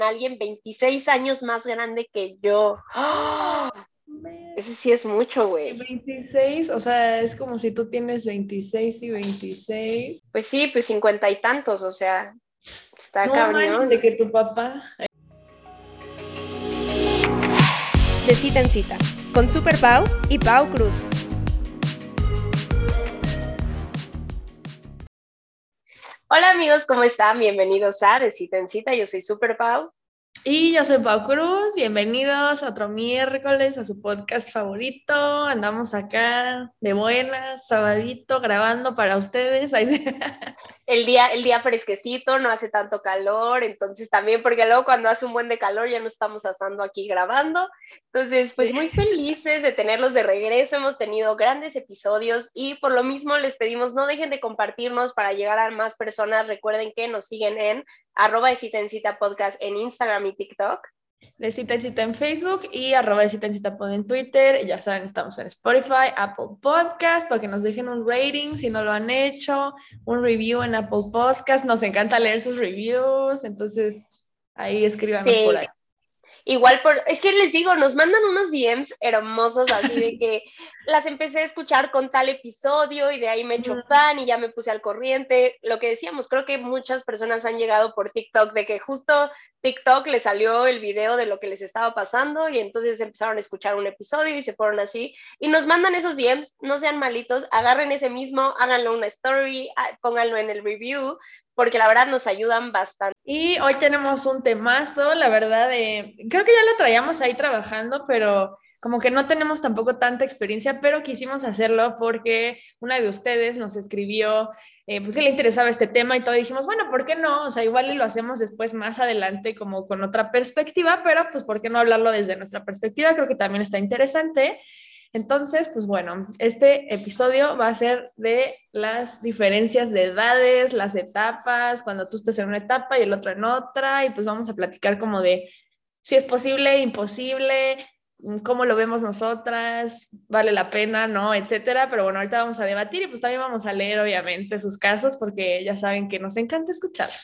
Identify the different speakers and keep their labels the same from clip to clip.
Speaker 1: alguien 26 años más grande que yo. ¡Ah! Eso sí es mucho,
Speaker 2: Y
Speaker 1: güey.
Speaker 2: 26, o sea, es como si tú tienes 26 y 26.
Speaker 1: Pues sí, pues 50 y tantos, o sea, está
Speaker 2: No manches, de
Speaker 1: cañón.
Speaker 2: que tu papá.
Speaker 3: De cita en cita, con Super Pau y Pau Cruz.
Speaker 1: Hola amigos, ¿cómo están? Bienvenidos a De Cita en Cita, yo soy Super Pau.
Speaker 2: Y yo soy Pau Cruz, bienvenidos otro miércoles a su podcast favorito. Andamos acá de buenas, sabadito, grabando para ustedes.
Speaker 1: El día fresquecito, no hace tanto calor, entonces también, porque luego cuando hace un buen de calor ya no estamos asando aquí grabando. Entonces, pues muy
Speaker 2: Sí.
Speaker 1: felices de tenerlos de regreso, hemos tenido grandes episodios y por lo mismo les pedimos no dejen de compartirnos para llegar a más personas. Recuerden que nos siguen en @de cita en cita podcast en Instagram y TikTok.
Speaker 2: De cita en cita en Facebook y @ de cita en cita en Twitter. Ya saben, estamos en Spotify, Apple Podcast, para que nos dejen un rating si no lo han hecho, un review en Apple Podcast. Nos encanta leer sus reviews, entonces ahí escríbanos por
Speaker 1: Sí,
Speaker 2: ahí.
Speaker 1: igual es que les digo, nos mandan unos DMs hermosos así de que las empecé a escuchar con tal episodio y de ahí me echo fan y ya me puse al corriente. Lo que decíamos, creo que muchas personas han llegado por TikTok, de que justo TikTok les salió el video de lo que les estaba pasando y entonces empezaron a escuchar un episodio y se fueron así. Y nos mandan esos DMs, no sean malitos, agarren ese mismo, háganlo una story, pónganlo en el review, porque la verdad nos ayudan bastante.
Speaker 2: Y hoy tenemos un temazo, la verdad, creo que ya lo traíamos ahí trabajando, pero como que no tenemos tampoco tanta experiencia, pero quisimos hacerlo porque una de ustedes nos escribió, pues que le interesaba este tema y todo, y dijimos, bueno, ¿por qué no? O sea, igual y lo hacemos después más adelante como con otra perspectiva, pero pues ¿por qué no hablarlo desde nuestra perspectiva? Creo que también está interesante. Entonces, pues bueno, este episodio va a ser de las diferencias de edades, las etapas, cuando tú estés en una etapa y el otro en otra, y pues vamos a platicar como de si es posible, imposible, cómo lo vemos nosotras, vale la pena, ¿no? Etcétera. Pero bueno, ahorita vamos a debatir y pues también vamos a leer, obviamente, sus casos, porque ya saben que nos encanta escucharlos.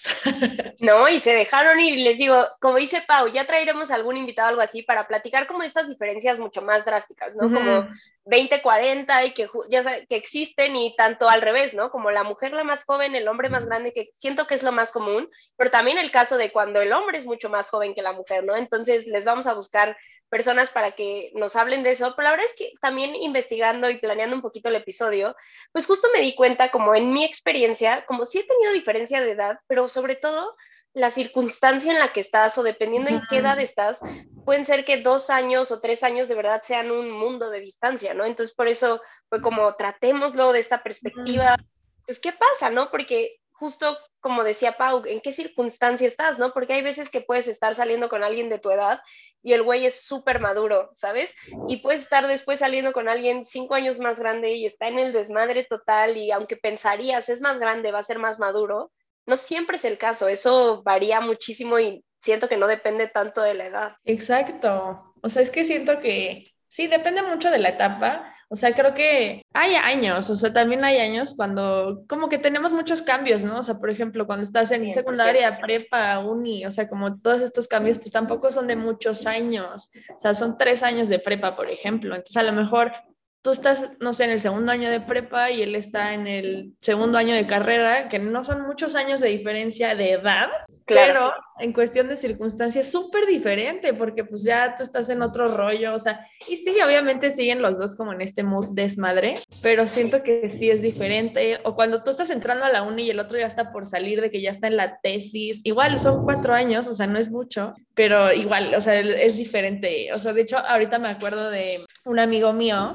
Speaker 1: No, y se dejaron ir, y les digo, como dice Pau, ya traeremos algún invitado o algo así para platicar como estas diferencias mucho más drásticas, ¿no? Como
Speaker 2: Ujú.
Speaker 1: 20-40 y que ya que existen y tanto al revés, ¿no? Como la mujer la más joven, el hombre más grande, que siento que es lo más común, pero también el caso de cuando el hombre es mucho más joven que la mujer, ¿no? Entonces les vamos a buscar personas para que nos hablen de eso, pero la verdad es que también investigando y planeando un poquito el episodio, pues justo me di cuenta como en mi experiencia, como sí he tenido diferencia de edad, pero sobre todo la circunstancia en la que estás o dependiendo en qué edad
Speaker 2: Ujú.
Speaker 1: estás, pueden ser que 2 años o 3 años de verdad sean un mundo de distancia, ¿no? Entonces por eso fue como tratémoslo de esta perspectiva,
Speaker 2: Ujú.
Speaker 1: pues qué pasa, ¿no? Porque justo como decía Pau, ¿en qué circunstancia estás, no? Porque hay veces que puedes estar saliendo con alguien de tu edad y el güey es súper maduro, ¿sabes? Y puedes estar después saliendo con alguien 5 años más grande y está en el desmadre total y aunque pensarías es más grande, va a ser más maduro, no siempre es el caso, eso varía muchísimo y siento que no depende tanto de la edad.
Speaker 2: Exacto. O sea, es que siento que sí, depende mucho de la etapa. O sea, creo que hay años, o sea, también hay años cuando como que tenemos muchos cambios, ¿no? O sea, por ejemplo, cuando estás en
Speaker 1: 100%.
Speaker 2: secundaria, prepa, uni, o sea, como todos estos cambios, pues tampoco son de muchos años. O sea, son 3 años de prepa, por ejemplo. Entonces, a lo mejor tú estás, no sé, en el segundo año de prepa y él está en el segundo año de carrera, que no son muchos años de diferencia de edad,
Speaker 1: Claro,
Speaker 2: pero en cuestión de circunstancias súper diferente, porque pues ya tú estás en otro rollo, o sea, y sí, obviamente siguen los dos como en este mood desmadre, pero
Speaker 1: sí.
Speaker 2: siento que sí es diferente, o cuando tú estás entrando a la uni y el otro ya está por salir, de que ya está en la tesis, igual son 4 años, o sea, no es mucho, pero igual, o sea, es diferente, o sea, de hecho, ahorita me acuerdo de un amigo mío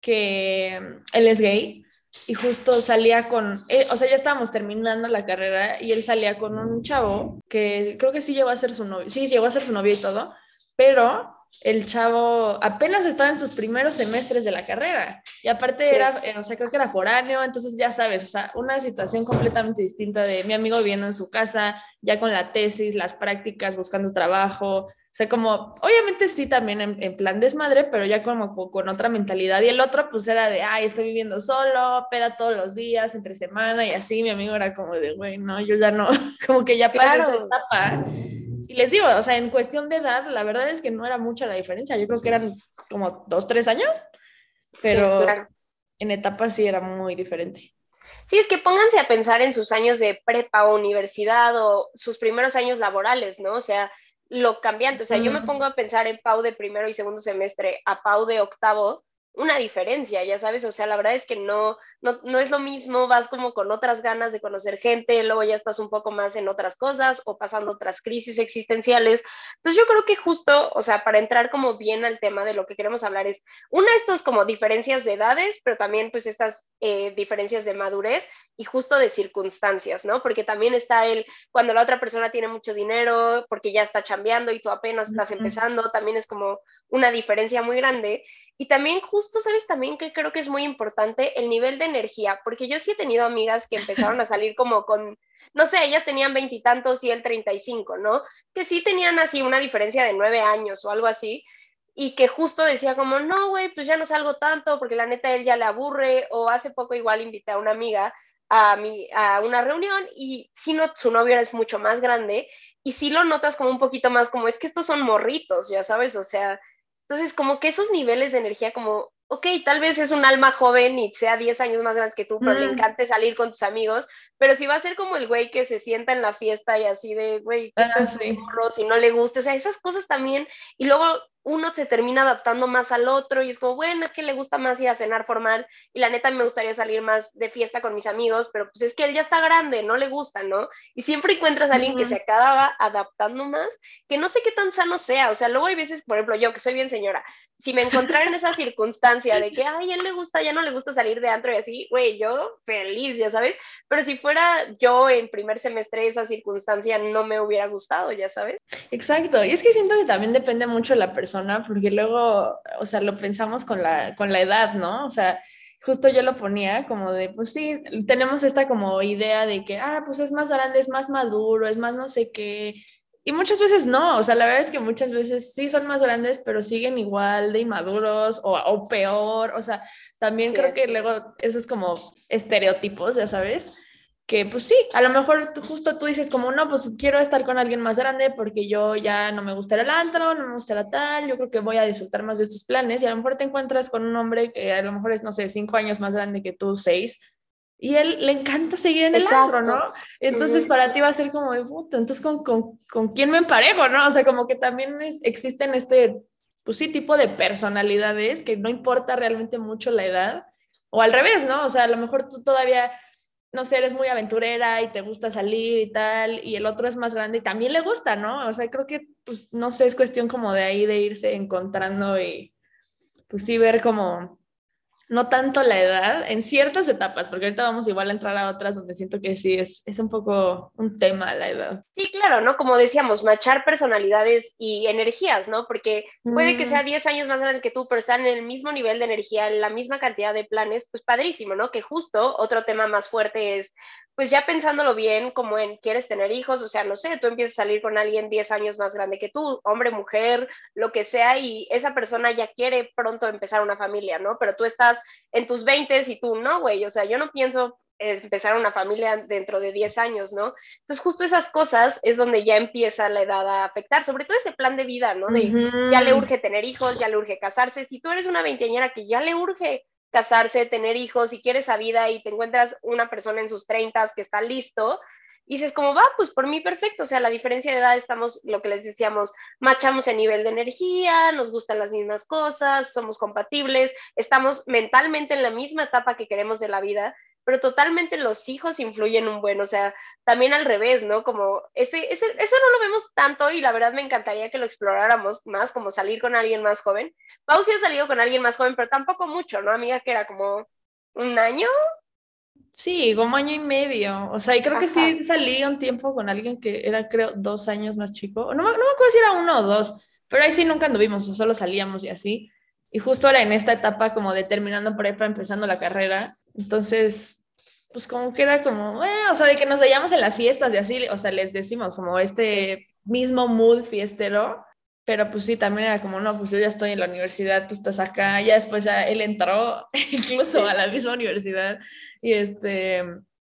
Speaker 2: que él es gay y justo salía o sea, ya estábamos terminando la carrera y él salía con un chavo que creo que sí llegó a ser su novio, sí, llegó a ser su novio y todo, pero el chavo apenas estaba en sus primeros semestres de la carrera y aparte
Speaker 1: Sí.
Speaker 2: era, o sea, creo que era foráneo, entonces ya sabes, o sea, una situación completamente distinta de mi amigo viviendo en su casa, ya con la tesis, las prácticas, buscando trabajo, o sea, como, obviamente sí también en plan desmadre, pero ya como con otra mentalidad. Y el otro, pues era de, ay, estoy viviendo solo, peda todos los días, entre semana y así. Mi amigo era como de, güey, no, yo ya no, como que ya pasé esa
Speaker 1: Claro,
Speaker 2: etapa. Y les digo, o sea, en cuestión de edad, la verdad es que no era mucha la diferencia. Yo creo que eran como 2, 3 años,
Speaker 1: Sí,
Speaker 2: pero
Speaker 1: claro.
Speaker 2: en etapas sí era muy diferente.
Speaker 1: Sí, es que pónganse a pensar en sus años de prepa o universidad o sus primeros años laborales, ¿no? O sea, lo cambiante. O sea, yo me
Speaker 2: Mm,
Speaker 1: pongo a pensar en Pau de primero y segundo semestre a Pau de octavo, una diferencia, ya sabes. O sea, la verdad es que no es lo mismo, vas como con otras ganas de conocer gente, luego ya estás un poco más en otras cosas o pasando otras crisis existenciales. Entonces yo creo que justo, o sea, para entrar como bien al tema de lo que queremos hablar es una de estas como diferencias de edades, pero también pues estas diferencias de madurez y justo de circunstancias, ¿no? Porque también está el cuando la otra persona tiene mucho dinero, porque ya está chambeando y tú apenas estás
Speaker 2: mm,
Speaker 1: empezando, también es como una diferencia muy grande. Y también justo, ¿sabes? También que creo que es muy importante el nivel de energía, porque yo sí he tenido amigas que empezaron a salir como con, no sé, ellas tenían veintitantos y él 35, ¿no? Que sí tenían así una diferencia de 9 años o algo así, y que justo decía como, no, güey, pues ya no salgo tanto porque la neta a él ya le aburre, o hace poco igual invité a una amiga a una reunión y si no, su novio es mucho más grande y si lo notas como un poquito más como es que estos son morritos, ya sabes, o sea, entonces como que esos niveles de energía como, ok, tal vez es un alma joven y sea 10 años más grande que tú, pero le
Speaker 2: mm.
Speaker 1: encante salir con tus amigos, pero si va a ser como el güey que se sienta en la fiesta y así de, güey, ¿qué
Speaker 2: Ah,
Speaker 1: tal con
Speaker 2: sí.
Speaker 1: morro si no le gusta? O sea, esas cosas también, y luego uno se termina adaptando más al otro y es como, bueno, es que le gusta más ir a cenar formal y la neta me gustaría salir más de fiesta con mis amigos, pero pues es que él ya está grande, no le gusta, ¿no? Y siempre encuentras a alguien que se
Speaker 2: Mm.
Speaker 1: acaba adaptando más, que no sé qué tan sano sea, o sea, luego hay veces, por ejemplo, yo que soy bien señora, si me encontrara en esa circunstancia de que, ay, él le gusta, ya no le gusta salir de antro y así, güey, yo feliz, ya sabes, pero si fuera yo en primer semestre esa circunstancia no me hubiera gustado, ya sabes.
Speaker 2: Exacto, y es que siento que también depende mucho de la persona, porque luego, o sea, lo pensamos con la edad, ¿no? O sea, justo yo lo ponía como de, pues sí, tenemos esta como idea de que, pues es más grande, es más maduro, es más no sé qué, y muchas veces no, o sea, la verdad es que muchas veces sí son más grandes, pero siguen igual de inmaduros o peor, o sea, también creo que
Speaker 1: Cierto.
Speaker 2: luego eso es como estereotipos, ya sabes que pues sí, a lo mejor justo tú dices como, no, pues quiero estar con alguien más grande porque yo ya no me gusta el antro, no me gusta la tal, yo creo que voy a disfrutar más de estos planes y a lo mejor te encuentras con un hombre que a lo mejor es, no sé, 5 años más grande que tú, 6, y él le encanta seguir en el antro, ¿no?
Speaker 1: Exacto.
Speaker 2: Entonces
Speaker 1: Ujú.
Speaker 2: para ti va a ser como de puta, entonces ¿con quién me emparejo, no? O sea, como que también existen pues sí, tipo de personalidades que no importa realmente mucho la edad, o al revés, ¿no? O sea, a lo mejor tú todavía no sé, eres muy aventurera y te gusta salir y tal, y el otro es más grande y también le gusta, ¿no? O sea, creo que, pues, no sé, es cuestión como de ahí de irse encontrando y, pues sí, ver como, no tanto la edad, en ciertas etapas, porque ahorita vamos igual a entrar a otras donde siento que sí, es un poco un tema la edad.
Speaker 1: Sí, claro, ¿no? Como decíamos, machar personalidades y energías, ¿no? Porque puede que sea
Speaker 2: Mm,
Speaker 1: 10 años más grande que tú, pero están en el mismo nivel de energía, en la misma cantidad de planes, pues padrísimo, ¿no? Que justo otro tema más fuerte es, pues ya pensándolo bien, como en quieres tener hijos, o sea, no sé, tú empiezas a salir con alguien 10 años más grande que tú, hombre, mujer, lo que sea, y esa persona ya quiere pronto empezar una familia, ¿no? Pero tú estás en tus 20 y tú no, güey, o sea, yo no pienso empezar una familia dentro de 10 años, ¿no? Entonces, justo esas cosas es donde ya empieza la edad a afectar, sobre todo ese plan de vida, ¿no? De ya le
Speaker 2: ujú.
Speaker 1: urge tener hijos, ya le urge casarse. Si tú eres una veinteañera que ya le urge casarse, tener hijos, y quieres esa vida y te encuentras una persona en sus 30 que está listo, y dices como, va, pues por mí perfecto, o sea, la diferencia de edad estamos, lo que les decíamos, machamos en nivel de energía, nos gustan las mismas cosas, somos compatibles, estamos mentalmente en la misma etapa que queremos de la vida, pero totalmente los hijos influyen un buen, o sea, también al revés, ¿no? Como eso no lo vemos tanto y la verdad me encantaría que lo exploráramos más, como salir con alguien más joven. Pau sí ha salido con alguien más joven, pero tampoco mucho, ¿no, amiga? Que era como un año.
Speaker 2: Sí, como año y medio. O sea, y creo que
Speaker 1: Ajá.
Speaker 2: sí salí un tiempo con alguien que era, creo, 2 años más chico. No me acuerdo si era 1 o 2, pero ahí sí nunca anduvimos, o solo salíamos y así. Y justo era en esta etapa como de terminando prepa, empezando la carrera. Entonces, pues como que era como, o sea, de que nos veíamos en las fiestas y así, o sea, les decimos como
Speaker 1: Sí.
Speaker 2: este mismo mood fiestero. Pero pues sí, también era como, no, pues yo ya estoy en la universidad, tú estás acá, ya después ya él entró incluso a
Speaker 1: Sí.
Speaker 2: la misma universidad y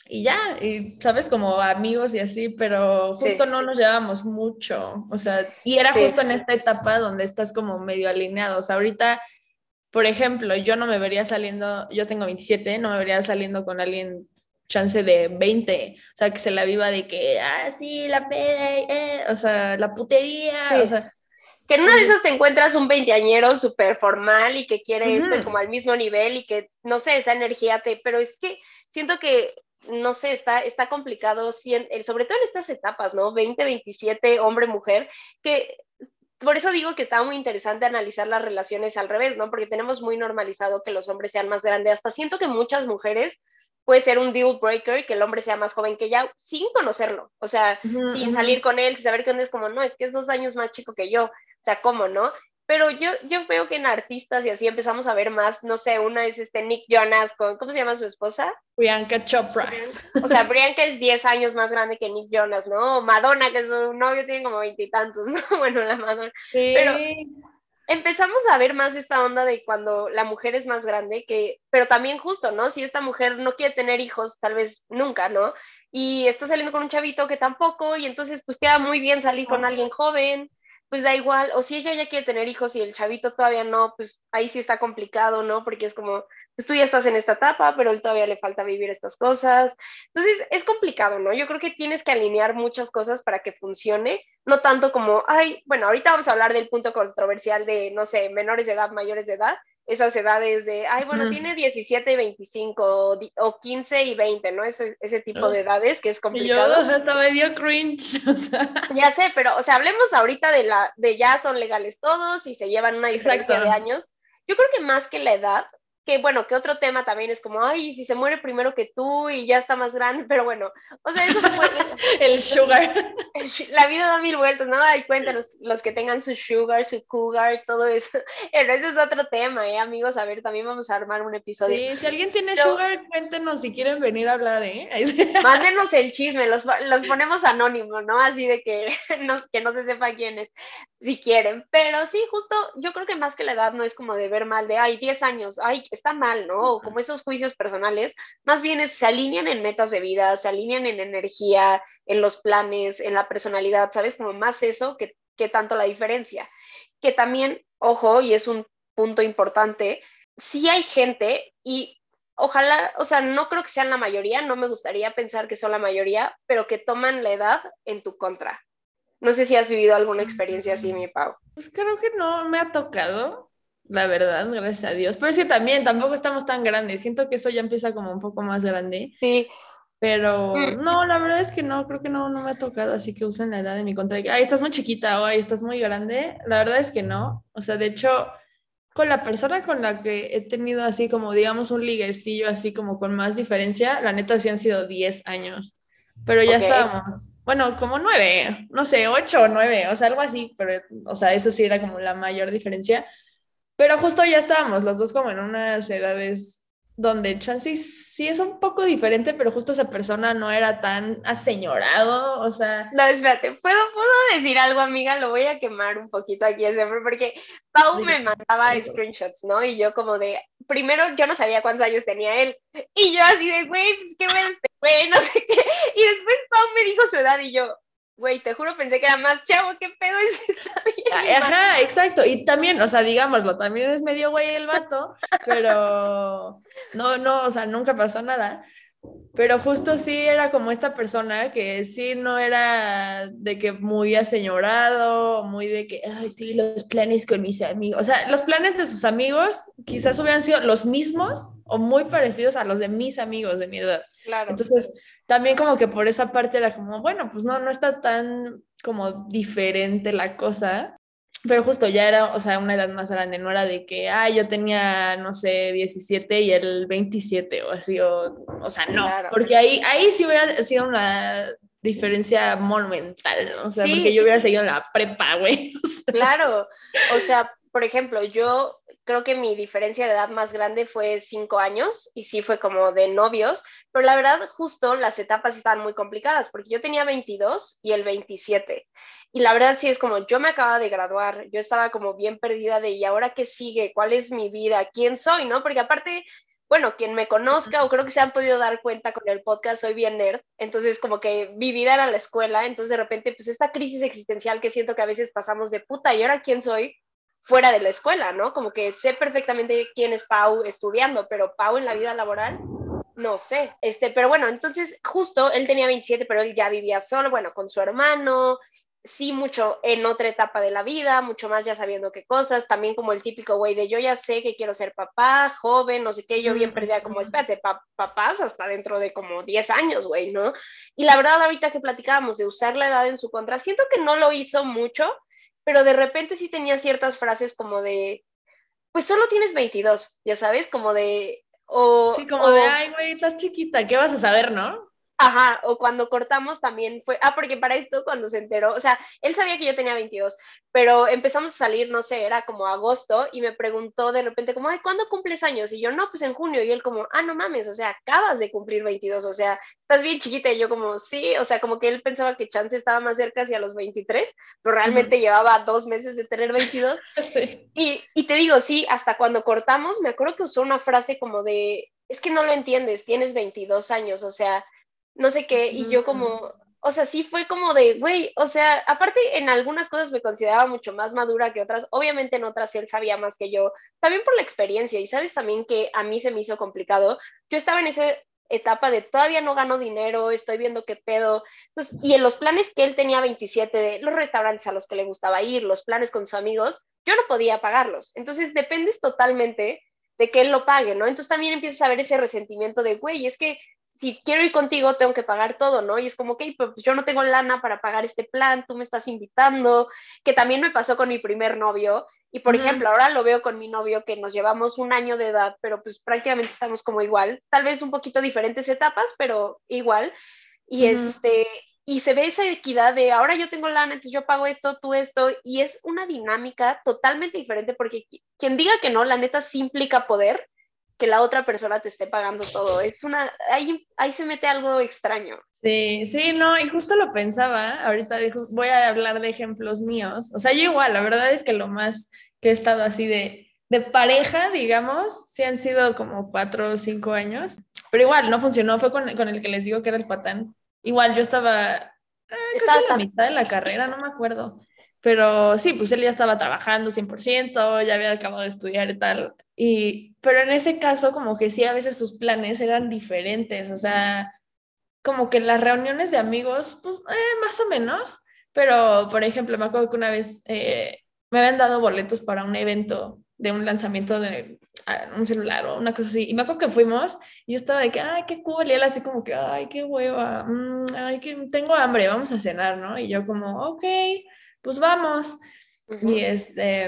Speaker 2: y ya, y sabes, como amigos y así, pero
Speaker 1: Sí,
Speaker 2: justo no nos llevábamos mucho, o sea, y era
Speaker 1: sí,
Speaker 2: justo en esta etapa donde estás como medio alineado, o sea, ahorita, por ejemplo, yo no me vería saliendo, yo tengo 27, no me vería saliendo con alguien chance de 20, o sea, que se la viva de que, sí, la peda, o sea, la putería, o
Speaker 1: sí.
Speaker 2: sea,
Speaker 1: Que en una de
Speaker 2: pues,
Speaker 1: esas te encuentras un veinteañero súper formal y que quiere esto y
Speaker 2: ujú,
Speaker 1: como al mismo nivel y que, no sé, esa energía te... Pero es que siento que, no sé, está complicado, sobre todo en estas etapas, ¿no? 20, 27, hombre, mujer, que por eso digo que está muy interesante analizar las relaciones al revés, ¿no? Porque tenemos muy normalizado que los hombres sean más grandes. Hasta siento que muchas mujeres puede ser un deal breaker que el hombre sea más joven que ella sin conocerlo, o sea,
Speaker 2: ujú,
Speaker 1: sin
Speaker 2: ujú.
Speaker 1: salir con él, sin saber que es como, no, es que es 2 años más chico que yo, o sea, ¿cómo, no? Pero yo veo que en artistas y así empezamos a ver más, no sé, una es Nick Jonas con, ¿cómo se llama su esposa?
Speaker 2: Priyanka Chopra.
Speaker 1: O sea, Brianca es 10 años más grande que Nick Jonas, ¿no? Madonna, que su novio tiene como 20 y tantos, ¿no? Bueno, la Madonna. Pero
Speaker 2: Sí,
Speaker 1: empezamos a ver más esta onda de cuando la mujer es más grande, pero también justo, ¿no? Si esta mujer no quiere tener hijos, tal vez nunca, ¿no? Y está saliendo con un chavito que tampoco, y entonces pues queda muy bien salir con alguien joven, pues da igual, o si ella ya quiere tener hijos y el chavito todavía no, pues ahí sí está complicado, ¿no? Porque es como, pues tú ya estás en esta etapa, pero él todavía le falta vivir estas cosas. Entonces es complicado, ¿no? Yo creo que tienes que alinear muchas cosas para que funcione, no tanto como, ay, bueno, ahorita vamos a hablar del punto controversial de, no sé, menores de edad, mayores de edad, esas edades de, ay, bueno,
Speaker 2: ujú.
Speaker 1: tiene 17 y 25 o 15 y 20, ¿no? Ese tipo de
Speaker 2: Ugh.
Speaker 1: edades que es
Speaker 2: Y yo
Speaker 1: complicado.
Speaker 2: hasta me dio cringe, o sea,
Speaker 1: Ya sé, pero, o sea, hablemos ahorita de ya son legales todos y se llevan una diferencia de
Speaker 2: exacto.
Speaker 1: años. Yo creo que más que la edad, que bueno, que otro tema también es como, ay, si se muere primero que tú y ya está más grande, pero bueno, o sea, eso fue,
Speaker 2: El sugar.
Speaker 1: la vida da mil vueltas, ¿no? Hay cuéntanos los que tengan su sugar, su cougar, todo eso. Pero ese es otro tema, amigos. A ver, también vamos a armar un episodio.
Speaker 2: Sí, si alguien tiene
Speaker 1: Pero
Speaker 2: sugar, cuéntenos si quieren venir a hablar, ¿eh?
Speaker 1: mándenos el chisme, los ponemos anónimos, ¿no? Así de que que no se sepa quién es, si quieren. Pero sí, justo, yo creo que más que la edad no es como de ver mal de, ay, 10 años, ay, está mal, ¿no? O como esos juicios personales, más bien se alinean en metas de vida, se alinean en energía, en los planes, en la personalidad, ¿sabes? Como más eso que tanto la diferencia. Que también, ojo, y es un punto importante, sí hay gente y ojalá, o sea, no creo que sean la mayoría, no me gustaría pensar que son la mayoría, pero que toman la edad en tu contra. No sé si has vivido alguna experiencia así, mi Pau.
Speaker 2: Pues creo que no me ha tocado, la verdad, gracias a Dios. Pero es que también tampoco estamos tan grandes. Siento que eso ya empieza como un poco más grande.
Speaker 1: Sí,
Speaker 2: Pero
Speaker 1: mm,
Speaker 2: no, la verdad es que no, creo que no me ha tocado, así que usen la edad de mi contra. Ay, estás muy chiquita o ay, estás muy grande. La verdad es que no. O sea, de hecho, con la persona con la que he tenido así como, digamos, un liguecillo así como con más diferencia, la neta sí han sido 10 años. Pero ya
Speaker 1: ok,
Speaker 2: estábamos, bueno, como 9, no sé, 8 o 9, o sea, algo así, pero, o sea, eso sí era como la mayor diferencia. Pero justo ya estábamos los dos como en unas edades donde chance sí es un poco diferente, pero justo esa persona no era tan aseñorado, o sea,
Speaker 1: no, espérate, ¿puedo decir algo, amiga? Lo voy a quemar un poquito aquí siempre, porque Pau
Speaker 2: digo,
Speaker 1: me mandaba screenshots, ¿no? Y yo como de, primero yo no sabía cuántos años tenía él, y yo así de, güey, pues qué ves este güey, no sé qué, y después Pau me dijo su edad y yo, güey, te juro pensé que era más chavo, ¿qué pedo es? Está bien mal.
Speaker 2: ajá, exacto. Y también, o sea, digámoslo, también es medio güey el vato, pero no, o sea, nunca pasó nada. Pero justo sí era como esta persona que sí no era de que muy aseñorado, muy de que, ay, sí, los planes con mis amigos. O sea, los planes de sus amigos quizás hubieran sido los mismos o muy parecidos a los de mis amigos de mi edad.
Speaker 1: Claro,
Speaker 2: Entonces, también como que por esa parte era como, bueno, pues no está tan como diferente la cosa. Pero justo ya era, o sea, una edad más grande, no era de que, yo tenía, no sé, 17 y él 27 o así, o sea, no,
Speaker 1: claro.
Speaker 2: porque ahí sí hubiera sido una diferencia monumental, ¿no? O sea, porque
Speaker 1: Sí,
Speaker 2: yo hubiera seguido en la prepa, güey. O sea,
Speaker 1: claro, o sea, por ejemplo, yo creo que mi diferencia de edad más grande fue 5 años y sí fue como de novios, pero la verdad justo las etapas estaban muy complicadas porque yo tenía 22 y él 27 y la verdad sí es como yo me acababa de graduar, yo estaba como bien perdida de ¿y ahora qué sigue? ¿Cuál es mi vida? ¿Quién soy? ¿No? Porque aparte bueno, quien me conozca o creo que se han podido dar cuenta con el podcast, soy bien nerd, entonces como que mi vida era la escuela, entonces de repente pues esta crisis existencial que siento que a veces pasamos de puta, ¿y ahora quién soy? Fuera de la escuela, ¿no? Como que sé perfectamente quién es Pau estudiando, pero Pau en la vida laboral, no sé. Pero bueno, entonces justo él tenía 27, pero él ya vivía solo, bueno, con su hermano, sí mucho en otra etapa de la vida, mucho más ya sabiendo qué cosas, también como el típico güey de yo ya sé que quiero ser papá, joven, no sé qué, yo bien perdida como, espérate, papás hasta dentro de como 10 años, güey, ¿no? Y la verdad ahorita que platicábamos de usar la edad en su contra, siento que no lo hizo mucho, pero de repente sí tenía ciertas frases como de, pues solo tienes 22, ya sabes, como de,
Speaker 2: Sí, como de, ay, güey, estás chiquita, ¿qué vas a saber, no?
Speaker 1: ajá, o cuando cortamos también fue, porque para esto cuando se enteró, o sea, él sabía que yo tenía 22, pero empezamos a salir, no sé, era como agosto y me preguntó de repente como, ay, ¿cuándo cumples años? Y yo, no, pues en junio, y él como, no mames, o sea, acabas de cumplir 22, o sea, estás bien chiquita, y yo como, sí, o sea, como que él pensaba que chance estaba más cerca hacia los 23, pero realmente llevaba 2 meses de tener 22,
Speaker 2: Sí.
Speaker 1: y te digo, sí, hasta cuando cortamos, me acuerdo que usó una frase como de, es que no lo entiendes, tienes 22 años, o sea, no sé qué, y yo como, o sea, sí fue como de, güey, o sea, aparte en algunas cosas me consideraba mucho más madura que otras, obviamente en otras él sabía más que yo, también por la experiencia, y sabes también que a mí se me hizo complicado, yo estaba en esa etapa de todavía no gano dinero, estoy viendo qué pedo, entonces, y en los planes que él tenía 27 de los restaurantes a los que le gustaba ir, los planes con sus amigos, yo no podía pagarlos, entonces dependes totalmente de que él lo pague, ¿no? Entonces también empiezas a ver ese resentimiento de, güey, es que si quiero ir contigo, tengo que pagar todo, ¿no? Y es como, ok, pues yo no tengo lana para pagar este plan, tú me estás invitando, que también me pasó con mi primer novio. Y por ejemplo, ahora lo veo con mi novio que nos llevamos un año de edad, pero pues prácticamente estamos como igual, tal vez un poquito diferentes etapas, pero igual. Y y se ve esa equidad de ahora yo tengo lana, entonces yo pago esto, tú esto, y es una dinámica totalmente diferente porque quien diga que no, la neta sí implica poder, que la otra persona te esté pagando todo. Ahí se mete algo extraño.
Speaker 2: Sí, sí, no, y justo lo pensaba, ahorita voy a hablar de ejemplos míos, o sea, yo igual, la verdad es que lo más que he estado así de pareja, digamos, sí han sido como 4 o 5 años, pero igual no funcionó, fue con el que les digo que era el patán, igual yo estaba
Speaker 1: Está
Speaker 2: casi a la
Speaker 1: hasta...
Speaker 2: mitad de la carrera, no me acuerdo, pero sí, pues él ya estaba trabajando 100%, ya había acabado de estudiar y tal, pero en ese caso como que sí, a veces sus planes eran diferentes, o sea como que las reuniones de amigos, pues más o menos, pero por ejemplo, me acuerdo que una vez me habían dado boletos para un evento de un lanzamiento de un celular o una cosa así, y me acuerdo que fuimos, y yo estaba de que, ay, qué cool, y él así como que, ay, qué hueva, ay, que tengo hambre, vamos a cenar, ¿no? Y yo como, ok, pues vamos, y
Speaker 1: Ujú.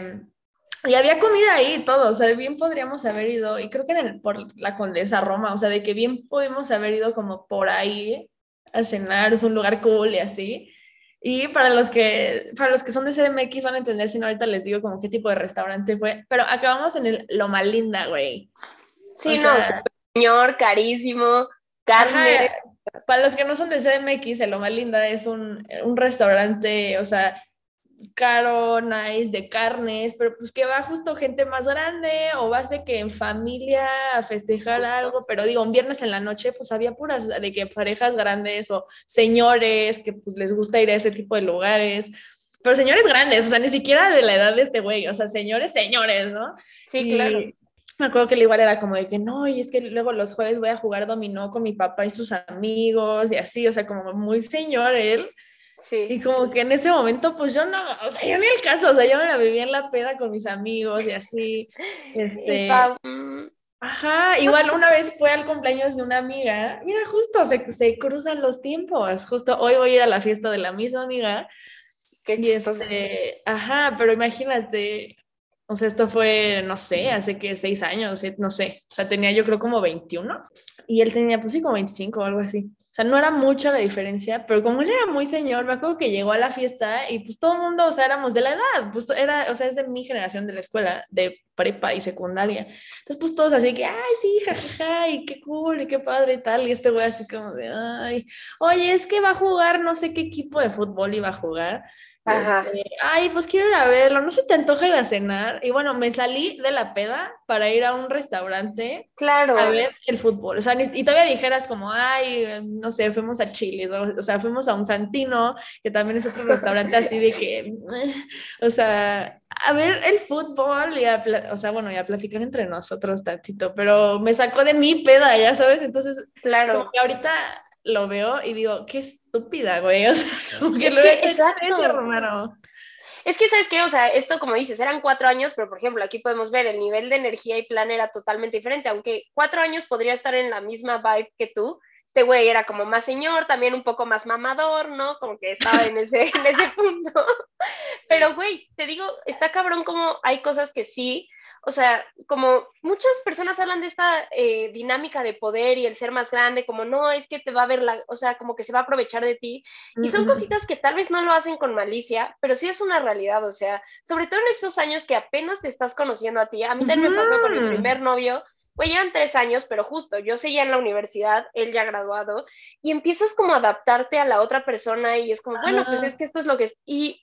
Speaker 2: y había comida ahí y todo, o sea, bien podríamos haber ido, y creo que por la Condesa Roma, o sea, de que bien pudimos haber ido como por ahí a cenar, es un lugar cool y así. Y para los que son de CDMX van a entender si no ahorita les digo como qué tipo de restaurante fue, pero acabamos en el Loma Linda, güey. O
Speaker 1: Sí, no,
Speaker 2: sea,
Speaker 1: super señor, carísimo, carne.
Speaker 2: ajá, para los que no son de CDMX, el Loma Linda es un restaurante, o sea, caro, nice, de carnes, pero pues que va justo gente más grande o vas de que en familia a festejar
Speaker 1: Justo.
Speaker 2: algo, pero digo, un viernes en la noche pues había puras de que parejas grandes o señores que pues les gusta ir a ese tipo de lugares, pero señores grandes, o sea, ni siquiera de la edad de este güey, o sea, señores, señores, ¿no?
Speaker 1: Sí, claro.
Speaker 2: Y me acuerdo que el igual era como de que no, y es que luego los jueves voy a jugar dominó con mi papá y sus amigos y así, o sea, como muy señor él.
Speaker 1: Sí.
Speaker 2: Y como que en ese momento, pues yo no, o sea, yo ni el caso, o sea, yo me la vivía en la peda con mis amigos y así,
Speaker 1: Y Pau,
Speaker 2: ajá, igual una vez fue al cumpleaños de una amiga, mira, justo se cruzan los tiempos, justo hoy voy a ir a la fiesta de la misma amiga
Speaker 1: qué
Speaker 2: y
Speaker 1: chistoso.
Speaker 2: ajá, pero imagínate, o sea, esto fue, no sé, hace que 6 años, no sé, o sea, tenía yo creo como 21 y él tenía pues sí como 25 o algo así. O sea, no era mucha la diferencia, pero como él era muy señor, me acuerdo que llegó a la fiesta y pues todo el mundo, o sea, éramos de la edad, pues era, o sea, es de mi generación de la escuela, de prepa y secundaria. Entonces, pues todos así que, ay, sí, jajaja, y qué cool, y qué padre y tal, y este güey así como de, ay, oye, es que va a jugar, no sé qué equipo de fútbol iba a jugar.
Speaker 1: Ajá.
Speaker 2: Ay, pues quiero ir a verlo, no se te antoja ir a cenar. Y bueno, me salí de la peda para ir a un restaurante a
Speaker 1: Claro.
Speaker 2: ver el fútbol. O sea, y todavía dijeras como, ay, no sé, fuimos a Chile, ¿no? O sea, fuimos a un Santino, que también es otro restaurante así de que, o sea, a ver el fútbol o sea, bueno, y a platicar entre nosotros tantito, pero me sacó de mi peda, ya sabes, entonces, como
Speaker 1: Claro.
Speaker 2: que ahorita lo veo y digo, qué estúpida, güey, o sea, como que
Speaker 1: Es
Speaker 2: lo
Speaker 1: que,
Speaker 2: hubiera hecho ese
Speaker 1: exacto.
Speaker 2: Romero.
Speaker 1: Es que, ¿sabes qué? O sea, esto, como dices, eran 4 años, pero por ejemplo, aquí podemos ver el nivel de energía y plan era totalmente diferente. Aunque 4 años podría estar en la misma vibe que tú, este güey era como más señor, también un poco más mamador, ¿no? Como que estaba en ese, en ese punto. Pero, güey, te digo, está cabrón como hay cosas que sí, o sea, como muchas personas hablan de esta dinámica de poder y el ser más grande, como no, es que te va a ver la, o sea, como que se va a aprovechar de ti. Y son
Speaker 2: Mm,
Speaker 1: cositas que tal vez no lo hacen con malicia, pero sí es una realidad, o sea, sobre todo en esos años que apenas te estás conociendo a ti. A mí también me pasó con mi
Speaker 2: ujú.
Speaker 1: primer novio. Güey, eran 3 años, pero justo yo seguía en la universidad, él ya graduado, y empiezas como a adaptarte a la otra persona y es como, bueno, pues es
Speaker 2: Ajá,
Speaker 1: que esto es lo que es.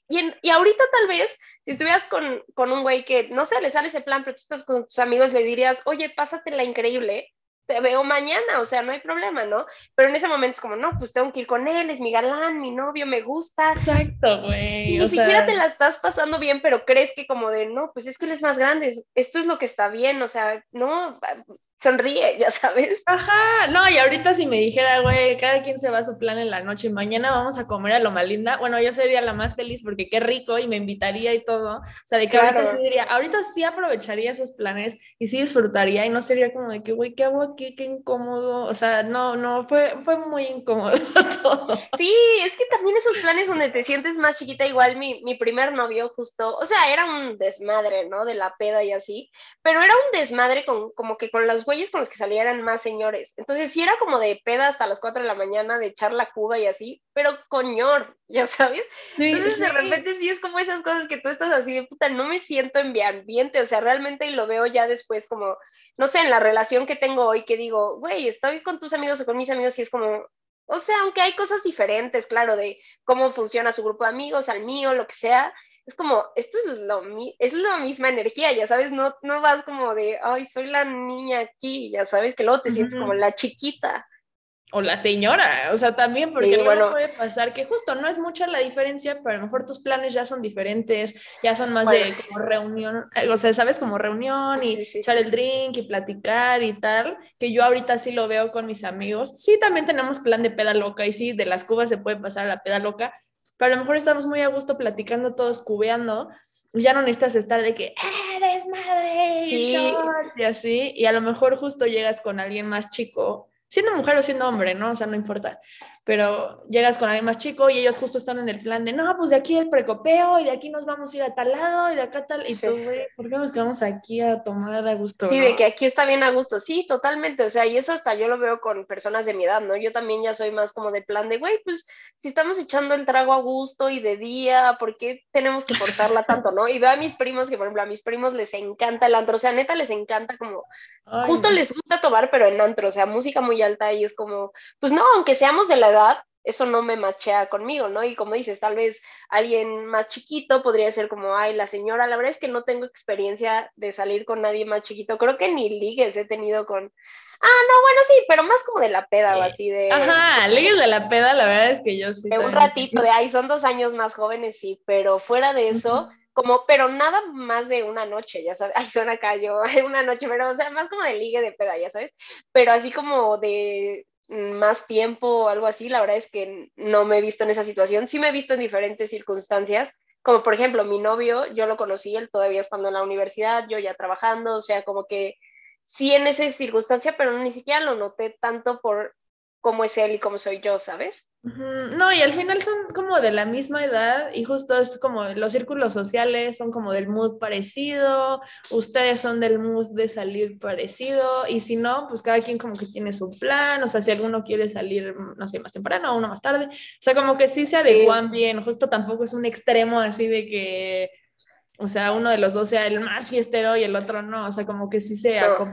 Speaker 1: Y ahorita tal vez, si estuvieras con un güey que, no sé, le sale ese plan, pero tú estás con tus amigos, le dirías, oye, pásatela increíble, te veo mañana, o sea, no hay problema, ¿no? Pero en ese momento es como, no, pues tengo que ir con él, es mi galán, mi novio, me gusta,
Speaker 2: exacto,
Speaker 1: y
Speaker 2: güey,
Speaker 1: ni
Speaker 2: o
Speaker 1: siquiera te
Speaker 2: sea,
Speaker 1: la estás pasando bien, pero crees que como de, no, pues es que él es más grande, esto es lo que está bien, o sea, no, sonríe, ya sabes.
Speaker 2: ajá, no, y ahorita si me dijera, güey, cada quien se va a su plan en la noche y mañana vamos a comer a Loma Linda, bueno, yo sería la más feliz porque qué rico y me invitaría y todo, o sea, de que ahorita sí
Speaker 1: Claro.
Speaker 2: diría, ahorita sí aprovecharía esos planes y sí disfrutaría y no sería como de que, güey, ¿qué hago aquí? Qué incómodo, o sea, no, no, fue muy incómodo todo.
Speaker 1: Sí, es que también esos planes donde te sientes más chiquita, igual mi primer novio justo, o sea, era un desmadre, ¿no? De la peda y así, pero era un desmadre como que con los güeyes con los que salieran más señores. Entonces sí era como de peda hasta las 4 de la mañana, de echar la cuba y así, pero coñor, ya sabes.
Speaker 2: Sí,
Speaker 1: Entonces de
Speaker 2: sí.
Speaker 1: repente sí es como esas cosas que tú estás así de puta, no me siento en mi ambiente, o sea, realmente lo veo ya después como, no sé, en la relación que tengo hoy que digo, güey, estoy con tus amigos o con mis amigos y es como, o sea, aunque hay cosas diferentes, claro, de cómo funciona su grupo de amigos, al mío, lo que sea, es como, esto es la misma energía, ya sabes, no, no vas como de, ay, soy la niña aquí, ya sabes, que luego te sientes como
Speaker 2: Ujú.
Speaker 1: la chiquita.
Speaker 2: O la señora, o sea, también, porque
Speaker 1: Sí,
Speaker 2: luego
Speaker 1: bueno,
Speaker 2: puede pasar que justo no es mucha la diferencia, pero a lo mejor tus planes ya son diferentes, ya son más
Speaker 1: bueno,
Speaker 2: de como reunión, o sea, sabes, como reunión y
Speaker 1: sí, sí,
Speaker 2: echar el drink y platicar y tal, que yo ahorita sí lo veo con mis amigos. Sí, también tenemos plan de peda loca y sí, de las cubas se puede pasar a la peda loca, pero a lo mejor estamos muy a gusto platicando todos cubeando. Ya no necesitas estar de que, desmadre! Y
Speaker 1: sí,
Speaker 2: shots y así, y a lo mejor justo llegas con alguien más chico siendo mujer o siendo hombre, ¿no? O sea, no importa. Pero llegas con alguien más chico y ellos justo están en el plan de, no, pues de aquí el precopeo y de aquí nos vamos a ir a tal lado y de acá tal. Y
Speaker 1: sí.
Speaker 2: tú, güey, ¿por qué nos quedamos aquí a tomar a gusto,
Speaker 1: Sí, de
Speaker 2: no?
Speaker 1: que aquí está bien a gusto, sí, totalmente, o sea, y eso hasta yo lo veo con personas de mi edad, ¿no? Yo también ya soy más como de plan de, güey, pues si estamos echando el trago a gusto y de día, ¿por qué tenemos que forzarla tanto, no? Y veo a mis primos que, por ejemplo, a mis primos les encanta el antro, o sea, neta les encanta como,
Speaker 2: Ay,
Speaker 1: justo
Speaker 2: no.
Speaker 1: les gusta tomar, pero en antro, o sea, música muy alta y es como, pues no, aunque seamos de la edad, eso no me machea conmigo, ¿no? Y como dices, tal vez alguien más chiquito podría ser como, ay, la señora, la verdad es que no tengo experiencia de salir con nadie más chiquito, creo que ni ligues he tenido con, no, bueno, sí, pero más como de la peda o así
Speaker 2: Ajá, leyes de la peda, la verdad es que yo sí
Speaker 1: de un
Speaker 2: también.
Speaker 1: ratito, de, ay, son 2 años más jóvenes, sí, pero fuera de eso,
Speaker 2: Ujú.
Speaker 1: como, pero nada más de una noche, ya sabes, ay, suena acá yo, una noche, pero, o sea, más como de ligue de peda, ya sabes, pero así como de más tiempo o algo así, la verdad es que no me he visto en esa situación, sí me he visto en diferentes circunstancias, como por ejemplo, mi novio, yo lo conocí, él todavía estando en la universidad, yo ya trabajando, o sea, como que sí en esa circunstancia, pero ni siquiera lo noté tanto por cómo es él y cómo soy yo, ¿sabes?
Speaker 2: Ujú. No, y al final son como de la misma edad y justo es como los círculos sociales son como del mood parecido, ustedes son del mood de salir parecido y si no, pues cada quien como que tiene su plan, o sea, si alguno quiere salir, no sé, más temprano o uno más tarde, o sea, como que sí se
Speaker 1: Sí.
Speaker 2: adecuan bien, justo tampoco es un extremo así de que, o sea, uno de los dos sea el más fiestero y el otro no, o sea, como que sí se
Speaker 1: No,
Speaker 2: acoplan.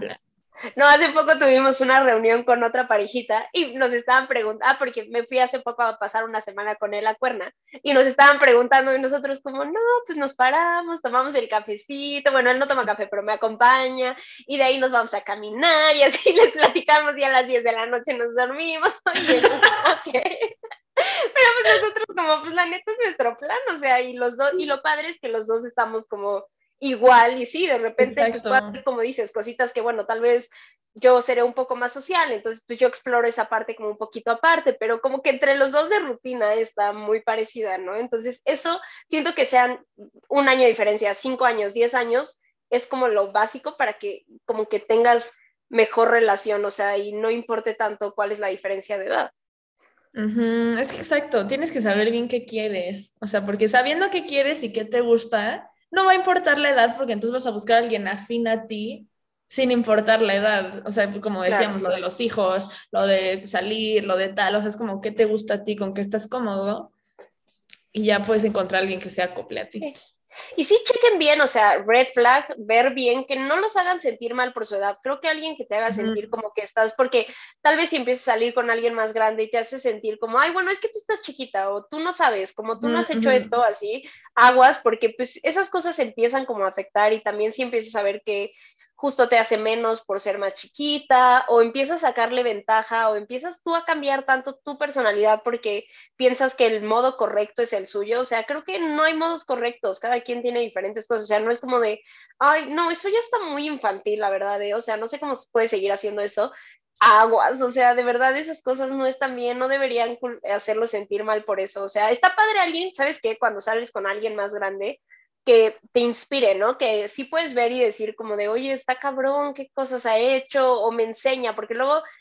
Speaker 1: No, hace poco tuvimos una reunión con otra parejita y nos estaban preguntando, porque me fui hace poco a pasar una semana con él a Cuerna y nos estaban preguntando y nosotros como, no, pues nos paramos, tomamos el cafecito, bueno, él no toma café, pero me acompaña y de ahí nos vamos a caminar y así les platicamos y a las 10 de la noche nos dormimos y ellos, ok. Pero pues nosotros como, pues la neta es nuestro plan, o sea, y los dos, y lo padre es que los dos estamos como igual, y sí, de repente, pues puede
Speaker 2: Exacto.
Speaker 1: haber, como dices, cositas que, bueno, tal vez yo seré un poco más social, entonces pues yo exploro esa parte como un poquito aparte, pero como que entre los dos de rutina está muy parecida, ¿no? Entonces eso siento que sean un año de diferencia, 5 años, 10 años, es como lo básico para que como que tengas mejor relación, o sea, y no importe tanto cuál es la diferencia de edad.
Speaker 2: Ujú, es que exacto, tienes que saber bien qué quieres, o sea, porque sabiendo qué quieres y qué te gusta, no va a importar la edad, porque entonces vas a buscar a alguien afín a ti sin importar la edad, o sea, como
Speaker 1: Claro.
Speaker 2: decíamos, lo de los hijos, lo de salir, lo de tal, o sea, es como qué te gusta a ti, con qué estás cómodo y ya puedes encontrar a alguien que se acople a ti.
Speaker 1: Sí. Y sí chequen bien, o sea, red flag, ver bien, que no los hagan sentir mal por su edad. Creo que alguien que te haga sentir
Speaker 2: Ujú,
Speaker 1: como que estás, porque tal vez si empiezas a salir con alguien más grande y te hace sentir como, ay, bueno, es que tú estás chiquita o tú no sabes, como tú no
Speaker 2: ujú,
Speaker 1: has hecho
Speaker 2: ujú.
Speaker 1: esto así, aguas, porque pues esas cosas empiezan como a afectar y también si empiezas a ver que justo te hace menos por ser más chiquita o empiezas a sacarle ventaja o empiezas tú a cambiar tanto tu personalidad porque piensas que el modo correcto es el suyo, o sea, creo que no hay modos correctos, cada quien tiene diferentes cosas, o sea, no es como de, ay, no, eso ya está muy infantil, la verdad, o sea, no sé cómo se puede seguir haciendo eso, aguas, o sea, de verdad esas cosas no están bien, no deberían hacerlo sentir mal por eso, o sea, está padre alguien, ¿sabes qué? Cuando sales con alguien más grande, que te inspire, ¿no? Que sí puedes ver y decir como de, oye, está cabrón, qué cosas ha hecho, o me enseña, porque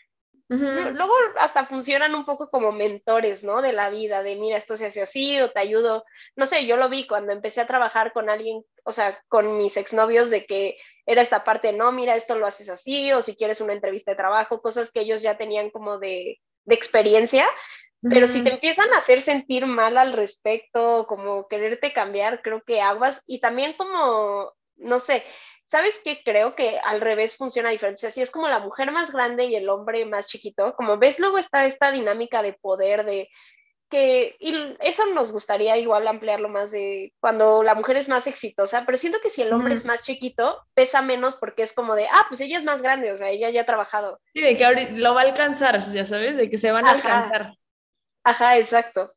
Speaker 2: Ujú.
Speaker 1: luego hasta funcionan un poco como mentores, ¿no? De la vida, de mira, esto se hace así o te ayudo. No sé, yo lo vi cuando empecé a trabajar con alguien, o sea, con mis exnovios, de que era esta parte, no, mira, esto lo haces así, o si quieres una entrevista de trabajo, cosas que ellos ya tenían como de experiencia, pero si te
Speaker 2: Ujú.
Speaker 1: empiezan a hacer sentir mal al respecto, como quererte cambiar, creo que aguas, y también como, no sé, ¿sabes qué? Creo que al revés funciona diferente. O sea, si es como la mujer más grande y el hombre más chiquito, como ves, luego está esta dinámica de poder, de que, y eso nos gustaría igual ampliarlo más de cuando la mujer es más exitosa, pero siento que si el hombre es
Speaker 2: Ujú.
Speaker 1: más chiquito, pesa menos porque es como de, pues ella es más grande, o sea, ella ya ha trabajado.
Speaker 2: Sí, de que ahorita lo va a alcanzar, ya sabes, de que se van a
Speaker 1: Ajá,
Speaker 2: alcanzar.
Speaker 1: ajá, exacto.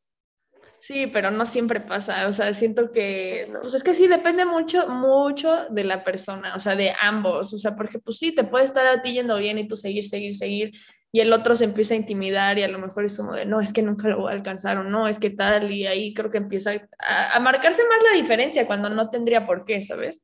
Speaker 2: Sí, pero no siempre pasa, o sea, siento
Speaker 1: Sí,
Speaker 2: que,
Speaker 1: no.
Speaker 2: pues es que sí, depende mucho, mucho de la persona, o sea, de ambos, o sea, porque pues sí, te puede estar a ti yendo bien y tú seguir, seguir, seguir, y el otro se empieza a intimidar y a lo mejor es como de, no, es que nunca lo voy a alcanzar o no, es que tal, y ahí creo que empieza a marcarse más la diferencia cuando no tendría por qué, ¿sabes?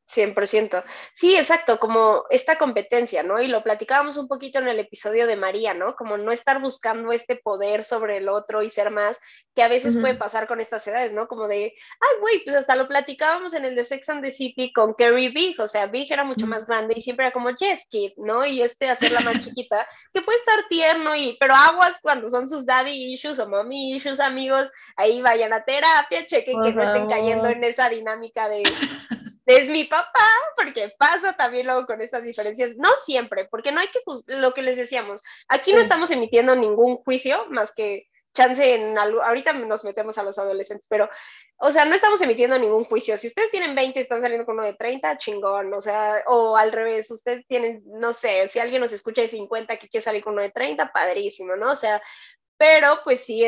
Speaker 1: 100%. Sí, exacto, como esta competencia, ¿no? Y lo platicábamos un poquito en el episodio de María, ¿no? Como no estar buscando este poder sobre el otro y ser más, que a veces puede
Speaker 2: Ujú,
Speaker 1: pasar con estas edades, ¿no? Como de, ay, güey, pues hasta lo platicábamos en el de Sex and the City con Carrie Big, o sea, Big era mucho
Speaker 2: ujú.
Speaker 1: más grande y siempre era como Yes Kid, ¿no? Y hacerla más chiquita, que puede estar tierno pero aguas cuando son sus daddy issues o mommy issues, amigos, ahí vayan a terapia, chequen que
Speaker 2: Por
Speaker 1: no estén cayendo
Speaker 2: favor.
Speaker 1: en esa dinámica de es mi papá, porque pasa también luego con estas diferencias, no siempre, porque no hay que, lo que les decíamos, aquí no
Speaker 2: Sí.
Speaker 1: estamos emitiendo ningún juicio, más que chance en algo, ahorita nos metemos a los adolescentes, pero, o sea, no estamos emitiendo ningún juicio. Si ustedes tienen 20 y están saliendo con uno de 30, chingón, o sea, o al revés, ustedes tienen, no sé, si alguien nos escucha de 50 que quiere salir con uno de 30, padrísimo, ¿no? O sea, pero pues sí,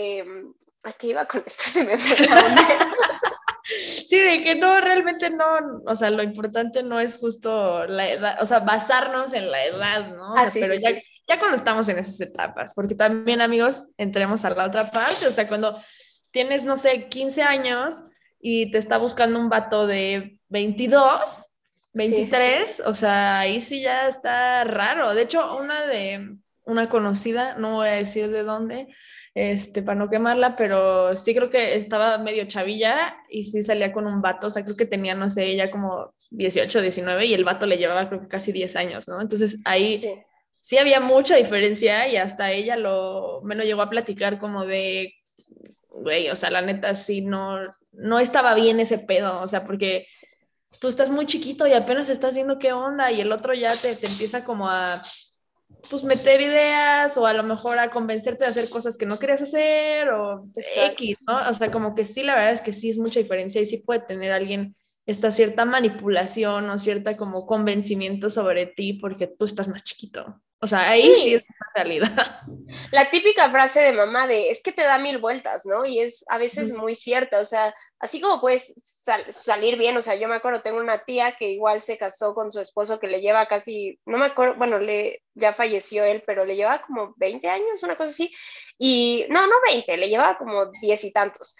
Speaker 1: ¿a qué iba con esto? Se me fue la onda.
Speaker 2: Sí, de que no, realmente no, o sea, lo importante no es justo la edad, o sea, basarnos en la edad, ¿no? O sea,
Speaker 1: Sí,
Speaker 2: pero
Speaker 1: sí,
Speaker 2: ya,
Speaker 1: sí.
Speaker 2: ya cuando estamos en esas etapas, porque también, amigos, entremos a la otra parte, o sea, cuando tienes, no sé, 15 años y te está buscando un vato de 22,
Speaker 1: Sí, sí, sí.
Speaker 2: 23, o sea, ahí sí ya está raro. De hecho, una conocida, no voy a decir de dónde, para no quemarla, pero sí creo que estaba medio chavilla y sí salía con un vato, o sea, creo que tenía, no sé, ella como 18, 19 y el vato le llevaba creo que casi 10 años, ¿no? Entonces ahí
Speaker 1: Sí.
Speaker 2: sí había mucha diferencia y hasta ella me lo llegó a platicar como de, güey, o sea, la neta sí no estaba bien ese pedo, o sea, porque tú estás muy chiquito y apenas estás viendo qué onda y el otro ya te empieza como a pues meter ideas o a lo mejor a convencerte de hacer cosas que no querías hacer o
Speaker 1: Exacto.
Speaker 2: X, ¿no? O sea, como que sí, la verdad es que sí es mucha diferencia y sí puede tener alguien esta cierta manipulación o cierta como convencimiento sobre ti porque tú estás más chiquito. O sea, ahí sí es
Speaker 1: Sí,
Speaker 2: una realidad.
Speaker 1: la típica frase de mamá de es que te da mil vueltas, ¿no? Y es a veces muy cierta, o sea, así como puedes salir bien, o sea, yo me acuerdo, tengo una tía que igual se casó con su esposo que le lleva casi, no me acuerdo, bueno, ya falleció él, pero le lleva como 20 años, una cosa así, y no 20, le llevaba como 10 y tantos.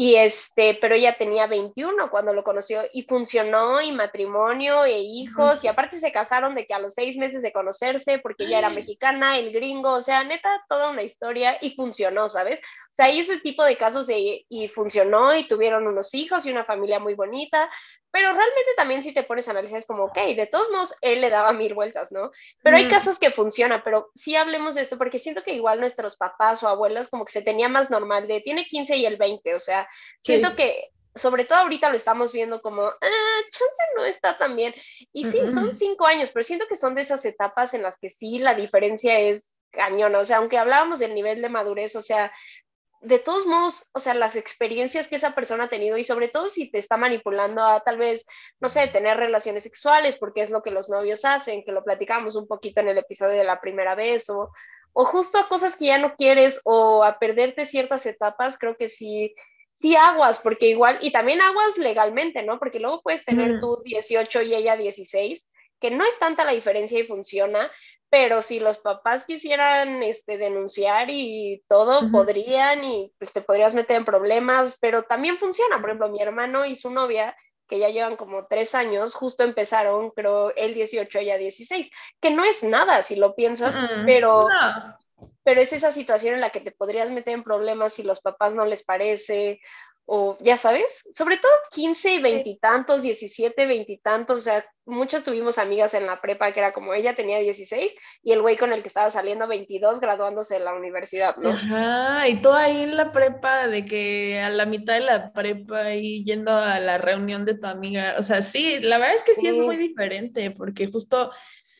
Speaker 1: Pero ella tenía 21 cuando lo conoció y funcionó y matrimonio e hijos y aparte se casaron de que a los 6 meses de conocerse porque ella era mexicana, el gringo, o sea, neta, toda una historia y funcionó, ¿sabes? O sea, hay ese tipo de casos y funcionó y tuvieron unos hijos y una familia muy bonita, pero realmente también si te pones a analizar es como, ok, de todos modos, él le daba mil vueltas, ¿no? Pero hay casos que funcionan, pero sí hablemos de esto porque siento que igual nuestros papás o abuelos como que se tenía más normal de tiene 15 y el 20, o sea, siento
Speaker 2: Sí.
Speaker 1: que sobre todo ahorita lo estamos viendo como, chance no está tan bien. Y sí, son 5 años, pero siento que son de esas etapas en las que sí la diferencia es cañona. O sea, aunque hablábamos del nivel de madurez, o sea, de todos modos, o sea, las experiencias que esa persona ha tenido y sobre todo si te está manipulando a tal vez, no sé, tener relaciones sexuales, porque es lo que los novios hacen, que lo platicamos un poquito en el episodio de la primera vez, o justo a cosas que ya no quieres o a perderte ciertas etapas, creo que sí, sí aguas, porque igual, y también aguas legalmente, ¿no? Porque luego puedes tener tú 18 y ella 16, que no es tanta la diferencia y funciona, pero si los papás quisieran denunciar y todo, podrían y pues te podrías meter en problemas, pero también funciona. Por ejemplo, mi hermano y su novia, que ya llevan como 3 años, justo empezaron, creo, él 18, ella 16, que no es nada si lo piensas,
Speaker 2: No.
Speaker 1: pero es esa situación en la que te podrías meter en problemas si los papás no les parece, o ya sabes, sobre todo 15 y veintitantos, 17, veintitantos, o sea, muchos tuvimos amigas en la prepa que era como ella tenía 16 y el güey con el que estaba saliendo 22 graduándose de la universidad, ¿no?
Speaker 2: Ajá, y tú ahí en la prepa, de que a la mitad de la prepa y yendo a la reunión de tu amiga, o sea, sí, la verdad es que sí es muy
Speaker 1: Sí,
Speaker 2: diferente, porque justo,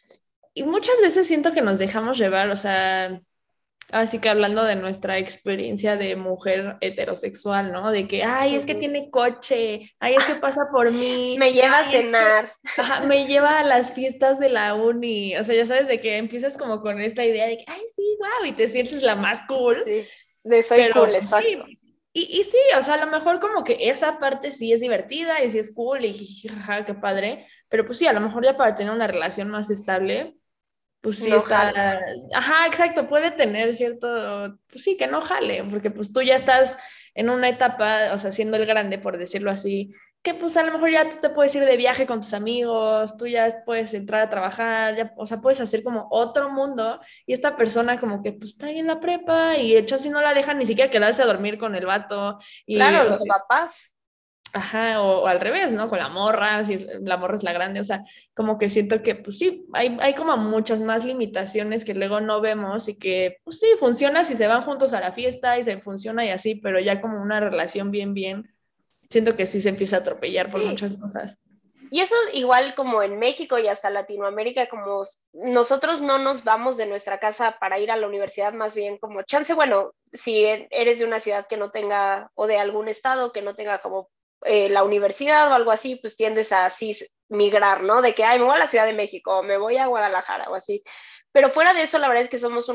Speaker 2: y muchas veces siento que nos dejamos llevar, o sea, así que hablando de nuestra experiencia de mujer heterosexual, ¿no? De que, ay, es que
Speaker 1: ujú.
Speaker 2: tiene coche, ay, es que pasa por mí,
Speaker 1: Me lleva a
Speaker 2: ay, es que,
Speaker 1: cenar.
Speaker 2: ajá, me lleva a las fiestas de la uni, o sea, ya sabes, de que empiezas como con esta idea de que, ay, sí, wow, y te sientes la más cool.
Speaker 1: Sí, de soy
Speaker 2: Pero
Speaker 1: cool,
Speaker 2: pues
Speaker 1: exacto.
Speaker 2: sí, y sí, o sea, a lo mejor como que esa parte sí es divertida y sí es cool y jiji, jaja, qué padre, pero pues sí, a lo mejor ya para tener una relación más estable, pues sí
Speaker 1: No
Speaker 2: está,
Speaker 1: jala.
Speaker 2: ajá, exacto, puede tener cierto, pues sí, que no jale, porque pues tú ya estás en una etapa, o sea, siendo el grande, por decirlo así, que pues a lo mejor ya tú te puedes ir de viaje con tus amigos, tú ya puedes entrar a trabajar, ya, o sea, puedes hacer como otro mundo y esta persona como que pues está ahí en la prepa y de hecho si no la dejan ni siquiera quedarse a dormir con el vato y,
Speaker 1: Claro,
Speaker 2: o
Speaker 1: los
Speaker 2: sea,
Speaker 1: papás.
Speaker 2: ajá, o al revés, ¿no? Con la morra, si la morra es la grande, o sea, como que siento que, pues sí, hay como muchas más limitaciones que luego no vemos y que, pues sí, funciona si se van juntos a la fiesta y se funciona y así, pero ya como una relación bien, bien, siento que sí se empieza a atropellar por
Speaker 1: Sí,
Speaker 2: muchas cosas.
Speaker 1: y eso igual como en México y hasta Latinoamérica, como nosotros no nos vamos de nuestra casa para ir a la universidad, más bien como chance, bueno, si eres de una ciudad que no tenga o de algún estado que no tenga como la universidad o algo así, pues tiendes a así migrar, ¿no? De que, ay, me voy a la Ciudad de México o me voy a Guadalajara o así. Pero fuera de eso, la verdad es que somos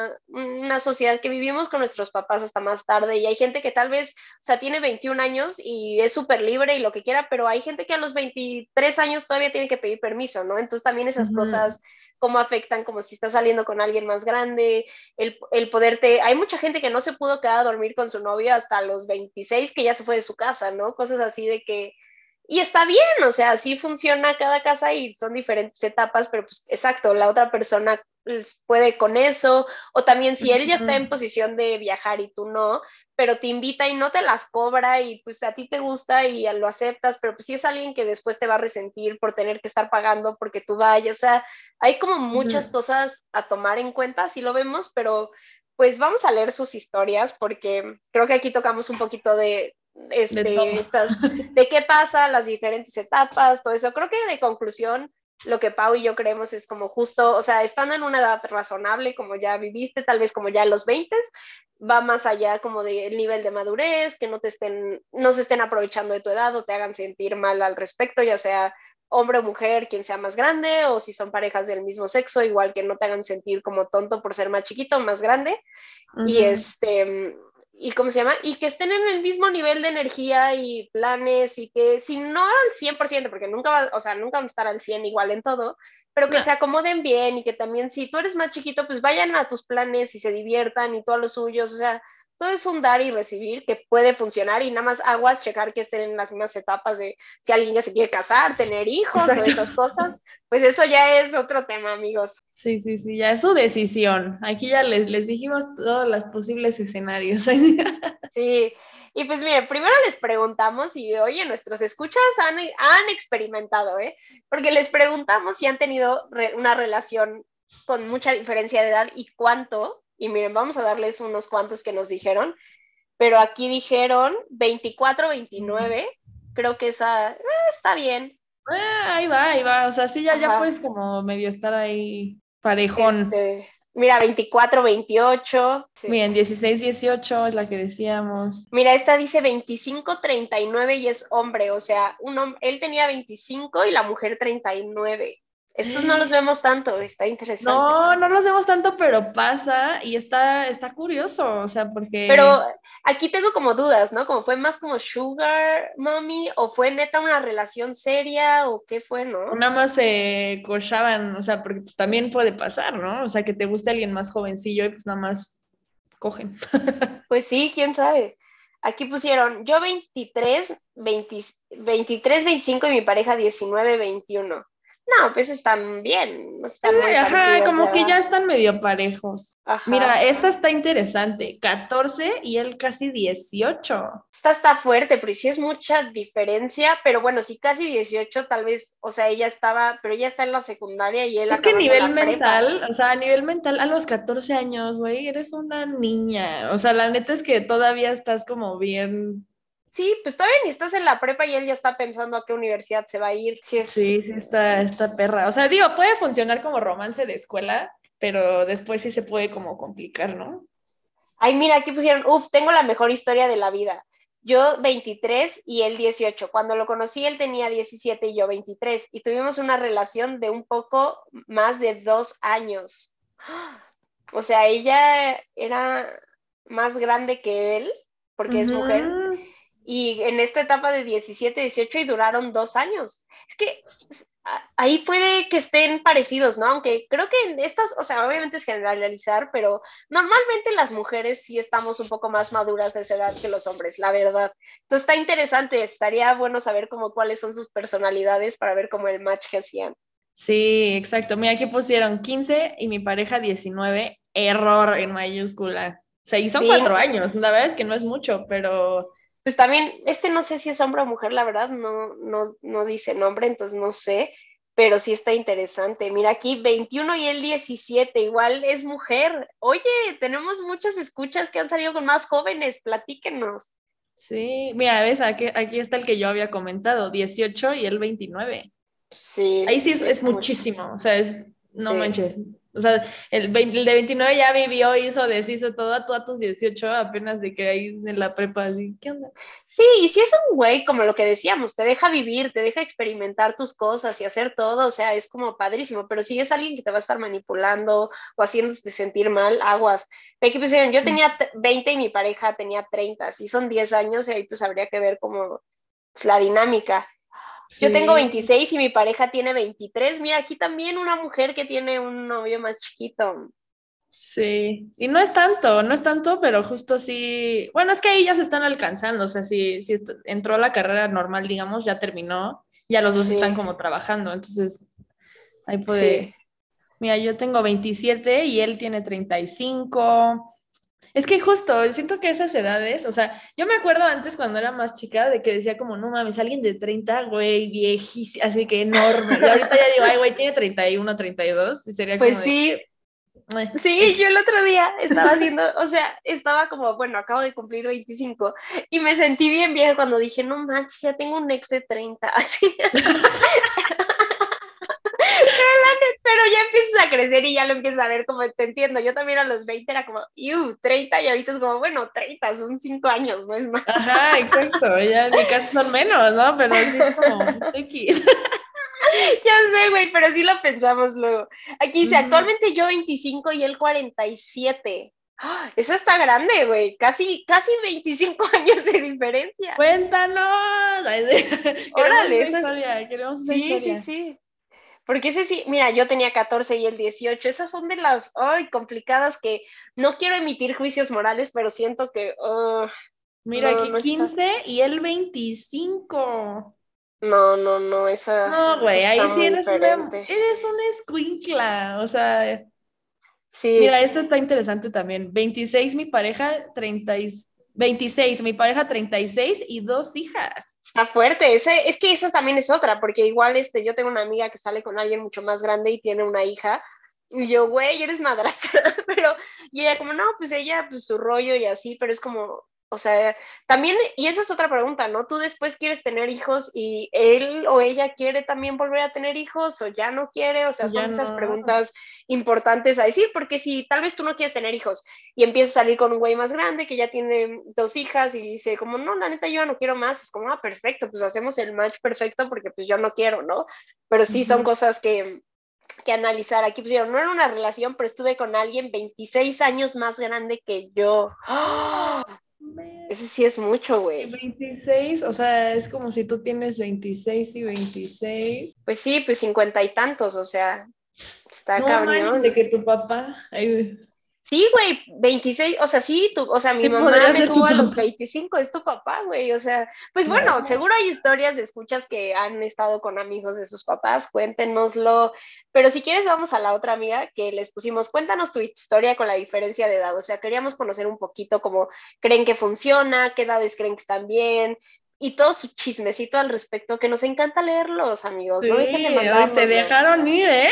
Speaker 1: una sociedad que vivimos con nuestros papás hasta más tarde y hay gente que tal vez, o sea, tiene 21 años y es súper libre y lo que quiera, pero hay gente que a los 23 años todavía tiene que pedir permiso, ¿no? Entonces también esas
Speaker 2: Ujú.
Speaker 1: cosas cómo afectan, como si estás saliendo con alguien más grande, el poderte, hay mucha gente que no se pudo quedar a dormir con su novio hasta los 26 que ya se fue de su casa, ¿no? Cosas así de que y está bien, o sea, así funciona cada casa y son diferentes etapas, pero pues exacto, la otra persona puede con eso, o también si él ya está en
Speaker 2: Ujú.
Speaker 1: posición de viajar y tú no, pero te invita y no te las cobra y pues a ti te gusta y lo aceptas, pero pues si es alguien que después te va a resentir por tener que estar pagando porque tú vayas, o sea, hay como muchas
Speaker 2: Ujú.
Speaker 1: cosas a tomar en cuenta, si lo vemos, pero pues vamos a leer sus historias porque creo que aquí tocamos un poquito de qué pasa, las diferentes etapas, todo eso. Creo que de conclusión, lo que Pau y yo creemos es como justo, o sea, estando en una edad razonable, como ya viviste, tal vez como ya en los 20, va más allá como del nivel de madurez, que no se estén aprovechando de tu edad o te hagan sentir mal al respecto, ya sea hombre o mujer, quien sea más grande, o si son parejas del mismo sexo, igual que no te hagan sentir como tonto por ser más chiquito o más grande. Y ¿y cómo se llama? Y que estén en el mismo nivel de energía y planes y que si no al 100%, porque o sea, nunca van a estar al 100 igual en todo, pero que
Speaker 2: No.
Speaker 1: se acomoden bien y que también si tú eres más chiquito, pues vayan a tus planes y se diviertan y tú a los suyos, o sea, todo es un dar y recibir que puede funcionar y nada más aguas, checar que estén en las mismas etapas de si alguien ya se quiere casar, tener hijos
Speaker 2: Exacto.
Speaker 1: o esas cosas, pues eso ya es otro tema, amigos.
Speaker 2: Sí, ya es su decisión. Aquí ya les dijimos todos los posibles escenarios.
Speaker 1: Sí, y pues mire, primero les preguntamos si, oye, nuestros escuchas han experimentado, ¿eh? Porque les preguntamos si han tenido una relación con mucha diferencia de edad y cuánto. Y miren, vamos a darles unos cuantos que nos dijeron, pero aquí dijeron 24, 29. Creo que esa está bien.
Speaker 2: Ahí va. O sea, sí, ya
Speaker 1: Ajá.
Speaker 2: puedes como medio estar ahí parejón.
Speaker 1: Mira, 24, 28. Sí.
Speaker 2: Miren, 16, 18 es la que decíamos.
Speaker 1: Mira, esta dice 25, 39 y es hombre, o sea, él tenía 25 y la mujer 39. Estos no los vemos tanto, está interesante.
Speaker 2: No los vemos tanto, pero pasa y está curioso, o sea,
Speaker 1: Pero
Speaker 2: porque
Speaker 1: aquí tengo como dudas, ¿no? Como fue más como sugar mommy o fue neta una relación seria o qué fue, ¿no?
Speaker 2: nada más se cochaban, o sea, porque pues, también puede pasar, ¿no? O sea, que te guste alguien más jovencillo y pues nada más cogen.
Speaker 1: Pues sí, quién sabe. Aquí pusieron yo 23, 20, 23, 25 y mi pareja 19, 21. No, pues están bien, no están muy
Speaker 2: Ajá,
Speaker 1: parecidos de
Speaker 2: como que ya
Speaker 1: edad.
Speaker 2: están medio parejos.
Speaker 1: Ajá.
Speaker 2: Mira, esta está interesante, 14 y él casi 18.
Speaker 1: Esta está fuerte, pero sí es mucha diferencia, pero bueno, sí casi 18 tal vez, o sea, ella estaba, pero ella está en la secundaria y él
Speaker 2: Es que
Speaker 1: acabando la prepa.
Speaker 2: a nivel mental, a los 14 años, güey, eres una niña. O sea, la neta es que todavía estás como bien.
Speaker 1: Sí, pues todavía ni estás en la prepa y él ya está pensando a qué universidad se va a ir. Sí es.
Speaker 2: Sí, está perra. O sea, digo, puede funcionar como romance de escuela, pero después sí se puede como complicar, ¿no?
Speaker 1: Ay, mira, aquí pusieron, tengo la mejor historia de la vida. Yo 23 y él 18. Cuando lo conocí, él tenía 17 y yo 23. Y tuvimos una relación de un poco más de 2 años. O sea, ella era más grande que él, porque es mujer,
Speaker 2: Ujú.
Speaker 1: y en esta etapa de 17, 18 y duraron 2 años. Es que ahí puede que estén parecidos, ¿no? Aunque creo que en estas, o sea, obviamente es generalizar, pero normalmente las mujeres sí estamos un poco más maduras a esa edad que los hombres, la verdad. Entonces está interesante, estaría bueno saber como cuáles son sus personalidades para ver cómo el match que hacían.
Speaker 2: Sí, exacto. Mira, aquí pusieron 15 y mi pareja 19. Error en mayúscula. O sea, y son
Speaker 1: Sí,
Speaker 2: 4 años. La verdad es que no es mucho, pero
Speaker 1: pues también, no sé si es hombre o mujer, la verdad, no dice nombre, entonces no sé, pero sí está interesante. Mira aquí, 21 y él 17, igual es mujer. Oye, tenemos muchas escuchas que han salido con más jóvenes, platíquenos.
Speaker 2: sí. Mira, ves, aquí está el que yo había comentado, 18 y él 29.
Speaker 1: Sí,
Speaker 2: Ahí sí es,
Speaker 1: sí,
Speaker 2: es
Speaker 1: es mucho.
Speaker 2: muchísimo, o sea, no
Speaker 1: Sí.
Speaker 2: manches. O sea, el de 29 ya vivió, deshizo todo, tú a tus 18 apenas de que ahí en la prepa, así, ¿qué onda?
Speaker 1: Sí, y si es un güey, como lo que decíamos, te deja vivir, te deja experimentar tus cosas y hacer todo, o sea, es como padrísimo, pero si es alguien que te va a estar manipulando o haciéndote sentir mal, aguas. Aquí pusieron, yo tenía 20 y mi pareja tenía 30, si son 10 años y ahí pues habría que ver como pues, la dinámica. Yo tengo
Speaker 2: Sí,
Speaker 1: 26 y mi pareja tiene 23. Mira, aquí también una mujer que tiene un novio más chiquito.
Speaker 2: sí. Y no es tanto, pero justo sí. Bueno, es que ahí ya se están alcanzando, o sea, si entró a la carrera normal, digamos, ya terminó, ya los dos están
Speaker 1: Sí,
Speaker 2: como trabajando, entonces ahí
Speaker 1: sí.
Speaker 2: puede. Mira, yo tengo 27 y él tiene 35. Es que justo, siento que esas edades, o sea, yo me acuerdo antes cuando era más chica de que decía como, no mames, alguien de 30 güey, viejísimo, así que enorme. Y ahorita ya digo, ay, güey, tiene 31, 32, y sería como
Speaker 1: Pues
Speaker 2: de,
Speaker 1: sí, Sí, yo el otro día estaba haciendo, o sea, estaba como, bueno, acabo de cumplir 25 y me sentí bien vieja cuando dije, no manches, ya tengo un ex de 30, así. Pero ya empiezas a crecer y ya lo empiezas a ver como, te entiendo, yo también a los 20 era como, 30 y ahorita es como, bueno, 30, son 5 años, no es más.
Speaker 2: Ajá, exacto, ya en mi caso son menos, ¿no? Pero sí es como X.
Speaker 1: Ya sé, güey, pero sí lo pensamos luego. Aquí dice,
Speaker 2: Ujú.
Speaker 1: actualmente yo 25 y él 47. Eso está grande, güey, casi 25 años de diferencia.
Speaker 2: Cuéntanos. Ay, sí. Queremos
Speaker 1: Órale,
Speaker 2: esa
Speaker 1: eso es,
Speaker 2: historia, queremos esa
Speaker 1: sí, sí,
Speaker 2: historia.
Speaker 1: sí. Porque ese sí, mira, yo tenía 14 y él 18. Esas son de las, ay, complicadas que no quiero emitir juicios morales, pero siento que,
Speaker 2: Mira,
Speaker 1: no,
Speaker 2: aquí
Speaker 1: no está,
Speaker 2: 15 y él 25.
Speaker 1: no,
Speaker 2: No,
Speaker 1: esa
Speaker 2: güey,
Speaker 1: está
Speaker 2: ahí sí
Speaker 1: muy diferente.
Speaker 2: eres una escuincla. O sea,
Speaker 1: Sí,
Speaker 2: mira, esto está interesante también. 26 mi pareja, 26 mi pareja, 36 y dos hijas.
Speaker 1: está fuerte. Es que esa también es otra, porque igual yo tengo una amiga que sale con alguien mucho más grande y tiene una hija. Y yo, güey, eres madrastra, pero, y ella como, no, pues ella, pues su rollo y así, pero es como, o sea, también, y esa es otra pregunta, ¿no? Tú después quieres tener hijos y él o ella quiere también volver a tener hijos o ya no quiere, o sea,
Speaker 2: Ya
Speaker 1: son esas
Speaker 2: no.
Speaker 1: preguntas importantes a decir, porque si tal vez tú no quieres tener hijos y empiezas a salir con un güey más grande que ya tiene 2 hijas y dice como, no, la neta yo ya no quiero más, es como, perfecto, pues hacemos el match perfecto porque pues yo no quiero, ¿no? Pero sí son
Speaker 2: Ujú.
Speaker 1: cosas que analizar. Aquí pusieron, no era una relación, pero estuve con alguien 26 años más grande que yo. ¡Oh!
Speaker 2: Ve,
Speaker 1: Eso sí es mucho,
Speaker 2: y
Speaker 1: güey.
Speaker 2: 26, o sea, es como si tú tienes 26 y 26.
Speaker 1: Pues sí, pues 50 y tantos, o sea, está
Speaker 2: No manches, de
Speaker 1: cabrón.
Speaker 2: que tu papá, ay,
Speaker 1: Sí, güey, 26, o sea, sí, o sea, mi
Speaker 2: sí
Speaker 1: mamá
Speaker 2: podría
Speaker 1: me
Speaker 2: ser
Speaker 1: tuvo
Speaker 2: tu
Speaker 1: a los
Speaker 2: papá.
Speaker 1: 25, es tu papá, güey, o sea, pues bueno,
Speaker 2: No.
Speaker 1: seguro hay historias de escuchas que han estado con amigos de sus papás, cuéntenoslo, pero si quieres vamos a la otra amiga que les pusimos, cuéntanos tu historia con la diferencia de edad, o sea, queríamos conocer un poquito cómo creen que funciona, qué edades creen que están bien, y todo su chismecito al respecto, que nos encanta leerlos, amigos,
Speaker 2: Sí,
Speaker 1: no dejen de
Speaker 2: hoy se
Speaker 1: mandárnoslo.
Speaker 2: dejaron ir, ¿eh?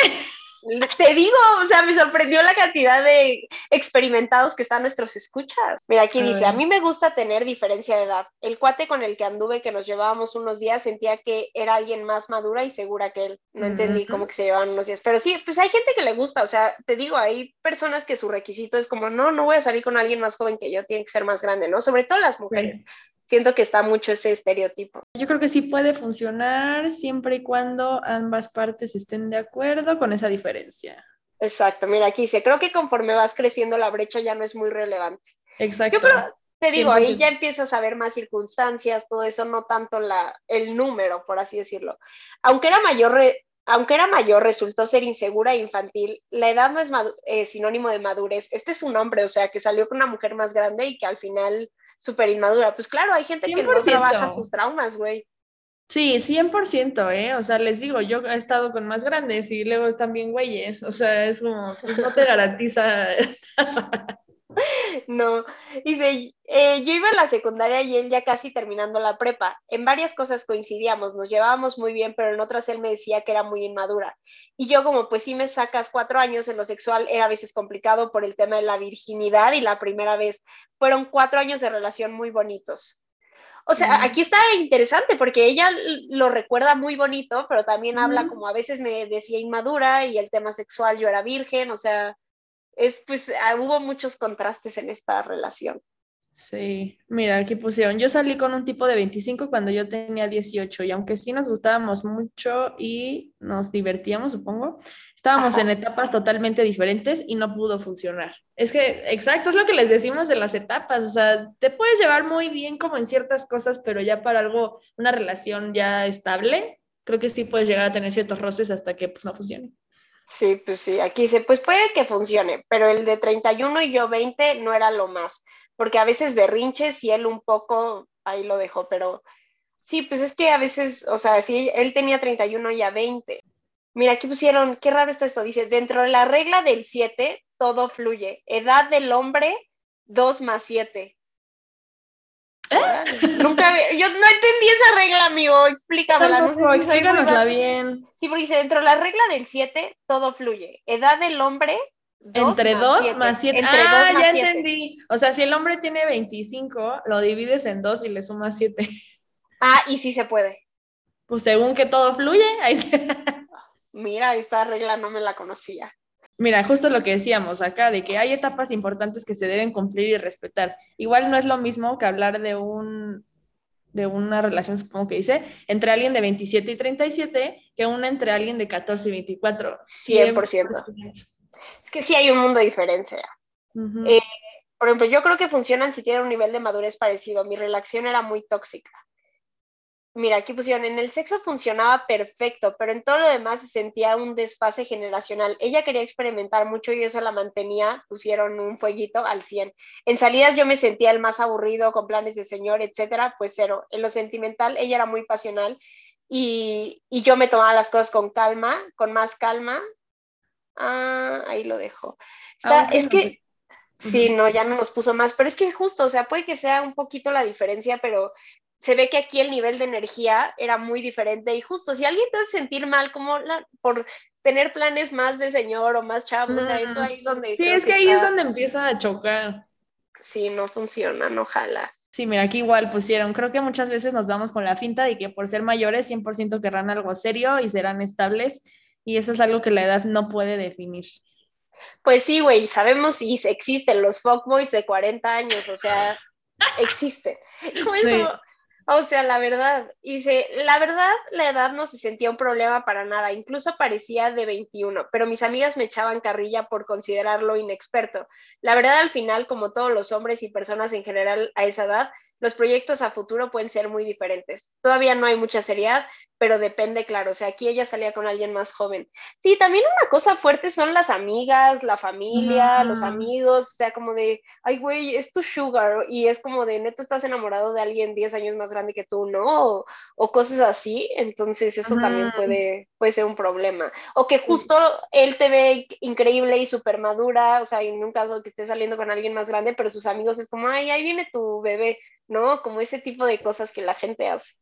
Speaker 1: Te digo, o sea, me sorprendió la cantidad de experimentados que están nuestros escuchas. Mira, aquí
Speaker 2: A
Speaker 1: dice, a
Speaker 2: ver.
Speaker 1: mí me gusta tener diferencia de edad. El cuate con el que anduve, que nos llevábamos unos días, sentía que era alguien más madura y segura que él. No entendí cómo
Speaker 2: Ujú.
Speaker 1: que se llevaban unos días. Pero sí, pues hay gente que le gusta, o sea, te digo, hay personas que su requisito es como, no voy a salir con alguien más joven que yo, tiene que ser más grande, ¿no? Sobre todo las mujeres.
Speaker 2: Sí.
Speaker 1: Siento que está mucho ese estereotipo.
Speaker 2: Yo creo que sí puede funcionar siempre y cuando ambas partes estén de acuerdo con esa diferencia.
Speaker 1: Exacto, mira, aquí dice, creo que conforme vas creciendo la brecha ya no es muy relevante. Yo creo,
Speaker 2: Exacto,
Speaker 1: te digo, ahí
Speaker 2: 100%.
Speaker 1: ya empiezas a ver más circunstancias, todo eso, no tanto el número, por así decirlo. Aunque era mayor, resultó ser insegura e infantil. La edad no es sinónimo de madurez. Este es un hombre, o sea, que salió con una mujer más grande y que al final súper inmadura. Pues claro, hay gente que no trabaja
Speaker 2: 100%.
Speaker 1: sus traumas, güey.
Speaker 2: Sí, 100%, ¿eh? O sea, les digo, yo he estado con más grandes y luego están bien güeyes. O sea, es como, pues no te garantiza.
Speaker 1: No, dice, yo iba a la secundaria y él ya casi terminando la prepa. En varias cosas coincidíamos, nos llevábamos muy bien, pero en otras él me decía que era muy inmadura. Y yo como, pues sí me sacas 4 años en lo sexual, era a veces complicado por el tema de la virginidad y la primera vez. Fueron 4 años de relación muy bonitos. O sea,
Speaker 2: Mm.
Speaker 1: aquí está interesante porque ella lo recuerda muy bonito, pero también habla
Speaker 2: Ujú.
Speaker 1: como a veces me decía inmadura y el tema sexual yo era virgen, o sea pues hubo muchos contrastes en esta relación.
Speaker 2: Sí, mira, aquí pusieron, yo salí con un tipo de 25 cuando yo tenía 18 y aunque sí nos gustábamos mucho y nos divertíamos, supongo, estábamos en
Speaker 1: Ajá.
Speaker 2: etapas totalmente diferentes y no pudo funcionar. Es que, exacto, es lo que les decimos de las etapas, o sea, te puedes llevar muy bien como en ciertas cosas, pero ya para algo, una relación ya estable, creo que sí puedes llegar a tener ciertos roces hasta que pues no funcione.
Speaker 1: Sí, pues sí, aquí dice, pues puede que funcione, pero el de 31 y yo 20 no era lo más, porque a veces berrinches y él un poco ahí lo dejó, pero sí, pues es que a veces, o sea, sí, él tenía 31 y a 20. Mira, aquí pusieron, qué raro está esto, dice, dentro de la regla del 7 todo fluye. Edad del hombre, 2 más 7. Órale. Yo no entendí esa regla, amigo.
Speaker 2: Yo
Speaker 1: Explícamela. No sé
Speaker 2: tampoco,
Speaker 1: si soy muy
Speaker 2: explícanosla
Speaker 1: básica.
Speaker 2: bien.
Speaker 1: Sí, porque dice, dentro de la regla del 7 todo fluye. Edad del hombre,
Speaker 2: Entre 2 más 7.
Speaker 1: Entre 2 más
Speaker 2: Ya
Speaker 1: 7.
Speaker 2: entendí. O sea, si el hombre tiene 25, lo divides en 2 y le sumas 7.
Speaker 1: Y sí se puede.
Speaker 2: Pues según que todo fluye, ahí se...
Speaker 1: Mira, esta regla no me la conocía.
Speaker 2: Mira, justo lo que decíamos acá, de que hay etapas importantes que se deben cumplir y respetar. Igual no es lo mismo que hablar de una relación, supongo que dice, entre alguien de 27 y 37 que una entre alguien de 14 y 24.
Speaker 1: 100%. Es que sí hay un mundo de diferencia.
Speaker 2: Uh-huh.
Speaker 1: Por ejemplo, yo creo que funcionan si tienen un nivel de madurez parecido. Mi relación era muy tóxica. Mira, aquí pusieron, en el sexo funcionaba perfecto, pero en todo lo demás se sentía un desfase generacional. Ella quería experimentar mucho y eso la mantenía, pusieron un fueguito al 100. En salidas yo me sentía el más aburrido, con planes de señor, etcétera, pues cero. En lo sentimental, ella era muy pasional y yo me tomaba las cosas con calma, con más calma. Ahí lo dejo. Es que, sí, no, ya no nos puso más, pero es que justo, o sea, puede que sea un poquito la diferencia, pero se ve que aquí el nivel de energía era muy diferente y justo, si alguien te hace sentir mal como por tener planes más de señor o más chavo, o sea, eso ahí es donde
Speaker 2: sí,
Speaker 1: creo
Speaker 2: es que ahí es donde empieza a chocar.
Speaker 1: Sí, no funciona, no jala.
Speaker 2: Sí, mira, aquí igual pusieron, creo que muchas veces nos vamos con la finta de que por ser mayores 100% querrán algo serio y serán estables y eso es algo que la edad no puede definir.
Speaker 1: Pues sí, güey, sabemos si existen los fuckboys de 40 años, o sea, existen.
Speaker 2: Sí.
Speaker 1: O sea, la verdad, la verdad, la edad no se sentía un problema para nada, incluso parecía de 21, pero mis amigas me echaban carrilla por considerarlo inexperto. La verdad, al final, como todos los hombres y personas en general a esa edad, los proyectos a futuro pueden ser muy diferentes. Todavía no hay mucha seriedad, pero depende, claro, o sea, aquí ella salía con alguien más joven. Sí, también una cosa fuerte son las amigas, la familia, los amigos, o sea, como de, ay, güey, es tu sugar, y es como de, neta, estás enamorado de alguien 10 años más grande que tú, ¿no? O cosas así, entonces eso también puede ser un problema. O que justo él te ve increíble y súper madura, o sea, en un caso que esté saliendo con alguien más grande, pero sus amigos es como, ay, ahí viene tu bebé, ¿no? Como ese tipo de cosas que la gente hace.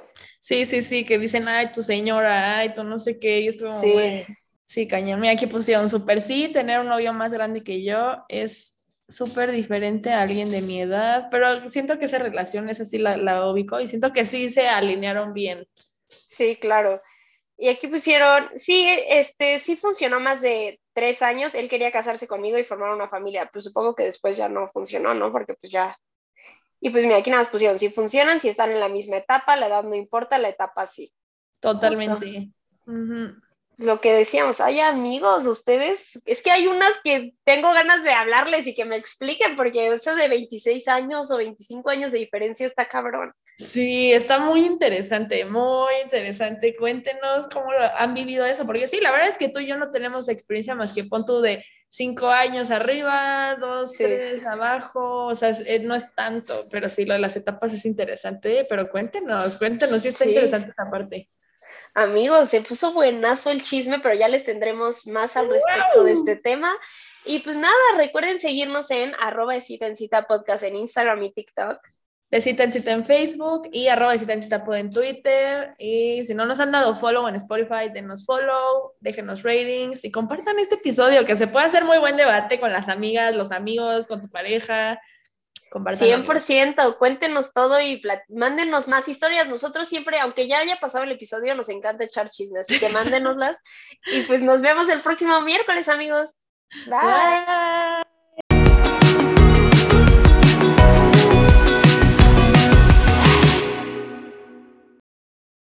Speaker 2: Sí, que dicen, ay, tu señora, ay, tú no sé qué, y es como,
Speaker 1: Sí.
Speaker 2: güey, sí, cañón. Mira, aquí pusieron súper sí, tener un novio más grande que yo es súper diferente a alguien de mi edad, pero siento que esa relación es así, la ubico, y siento que sí se alinearon bien.
Speaker 1: Sí, claro. Y aquí pusieron, sí, sí funcionó más de 3 años, él quería casarse conmigo y formar una familia, pues supongo que después ya no funcionó, ¿no? Porque pues ya. Y pues mira, aquí nada más pusieron, si funcionan, si están en la misma etapa, la edad no importa, la etapa sí.
Speaker 2: Totalmente. Uh-huh.
Speaker 1: Lo que decíamos, hay amigos, ustedes, es que hay unas que tengo ganas de hablarles y que me expliquen, porque esas de 26 años o 25 años de diferencia está cabrón.
Speaker 2: Sí, está muy interesante, muy interesante. Cuéntenos cómo han vivido eso, porque sí, la verdad es que tú y yo no tenemos experiencia más que pon tú de 5 años arriba, 2,
Speaker 1: Sí.
Speaker 2: 3 abajo, o sea, no es tanto, pero sí, lo de las etapas es interesante, pero cuéntenos, sí está interesante esa parte.
Speaker 1: Amigos, se puso buenazo el chisme, pero ya les tendremos más al respecto de este tema. Y pues nada, recuerden seguirnos en @de cita podcast en Instagram y TikTok.
Speaker 2: De cita en cita en Facebook y @de cita en cita pod en Twitter. Y si no nos han dado follow en Spotify, denos follow, déjenos ratings y compartan este episodio que se puede hacer muy buen debate con las amigas, los amigos, con tu pareja. Compártanlo.
Speaker 1: 100%, cuéntenos todo y mándenos más historias. Nosotros siempre, aunque ya haya pasado el episodio, nos encanta echar chismes, así que mándenoslas. Y pues nos vemos el próximo miércoles, amigos. Bye.
Speaker 2: Bye.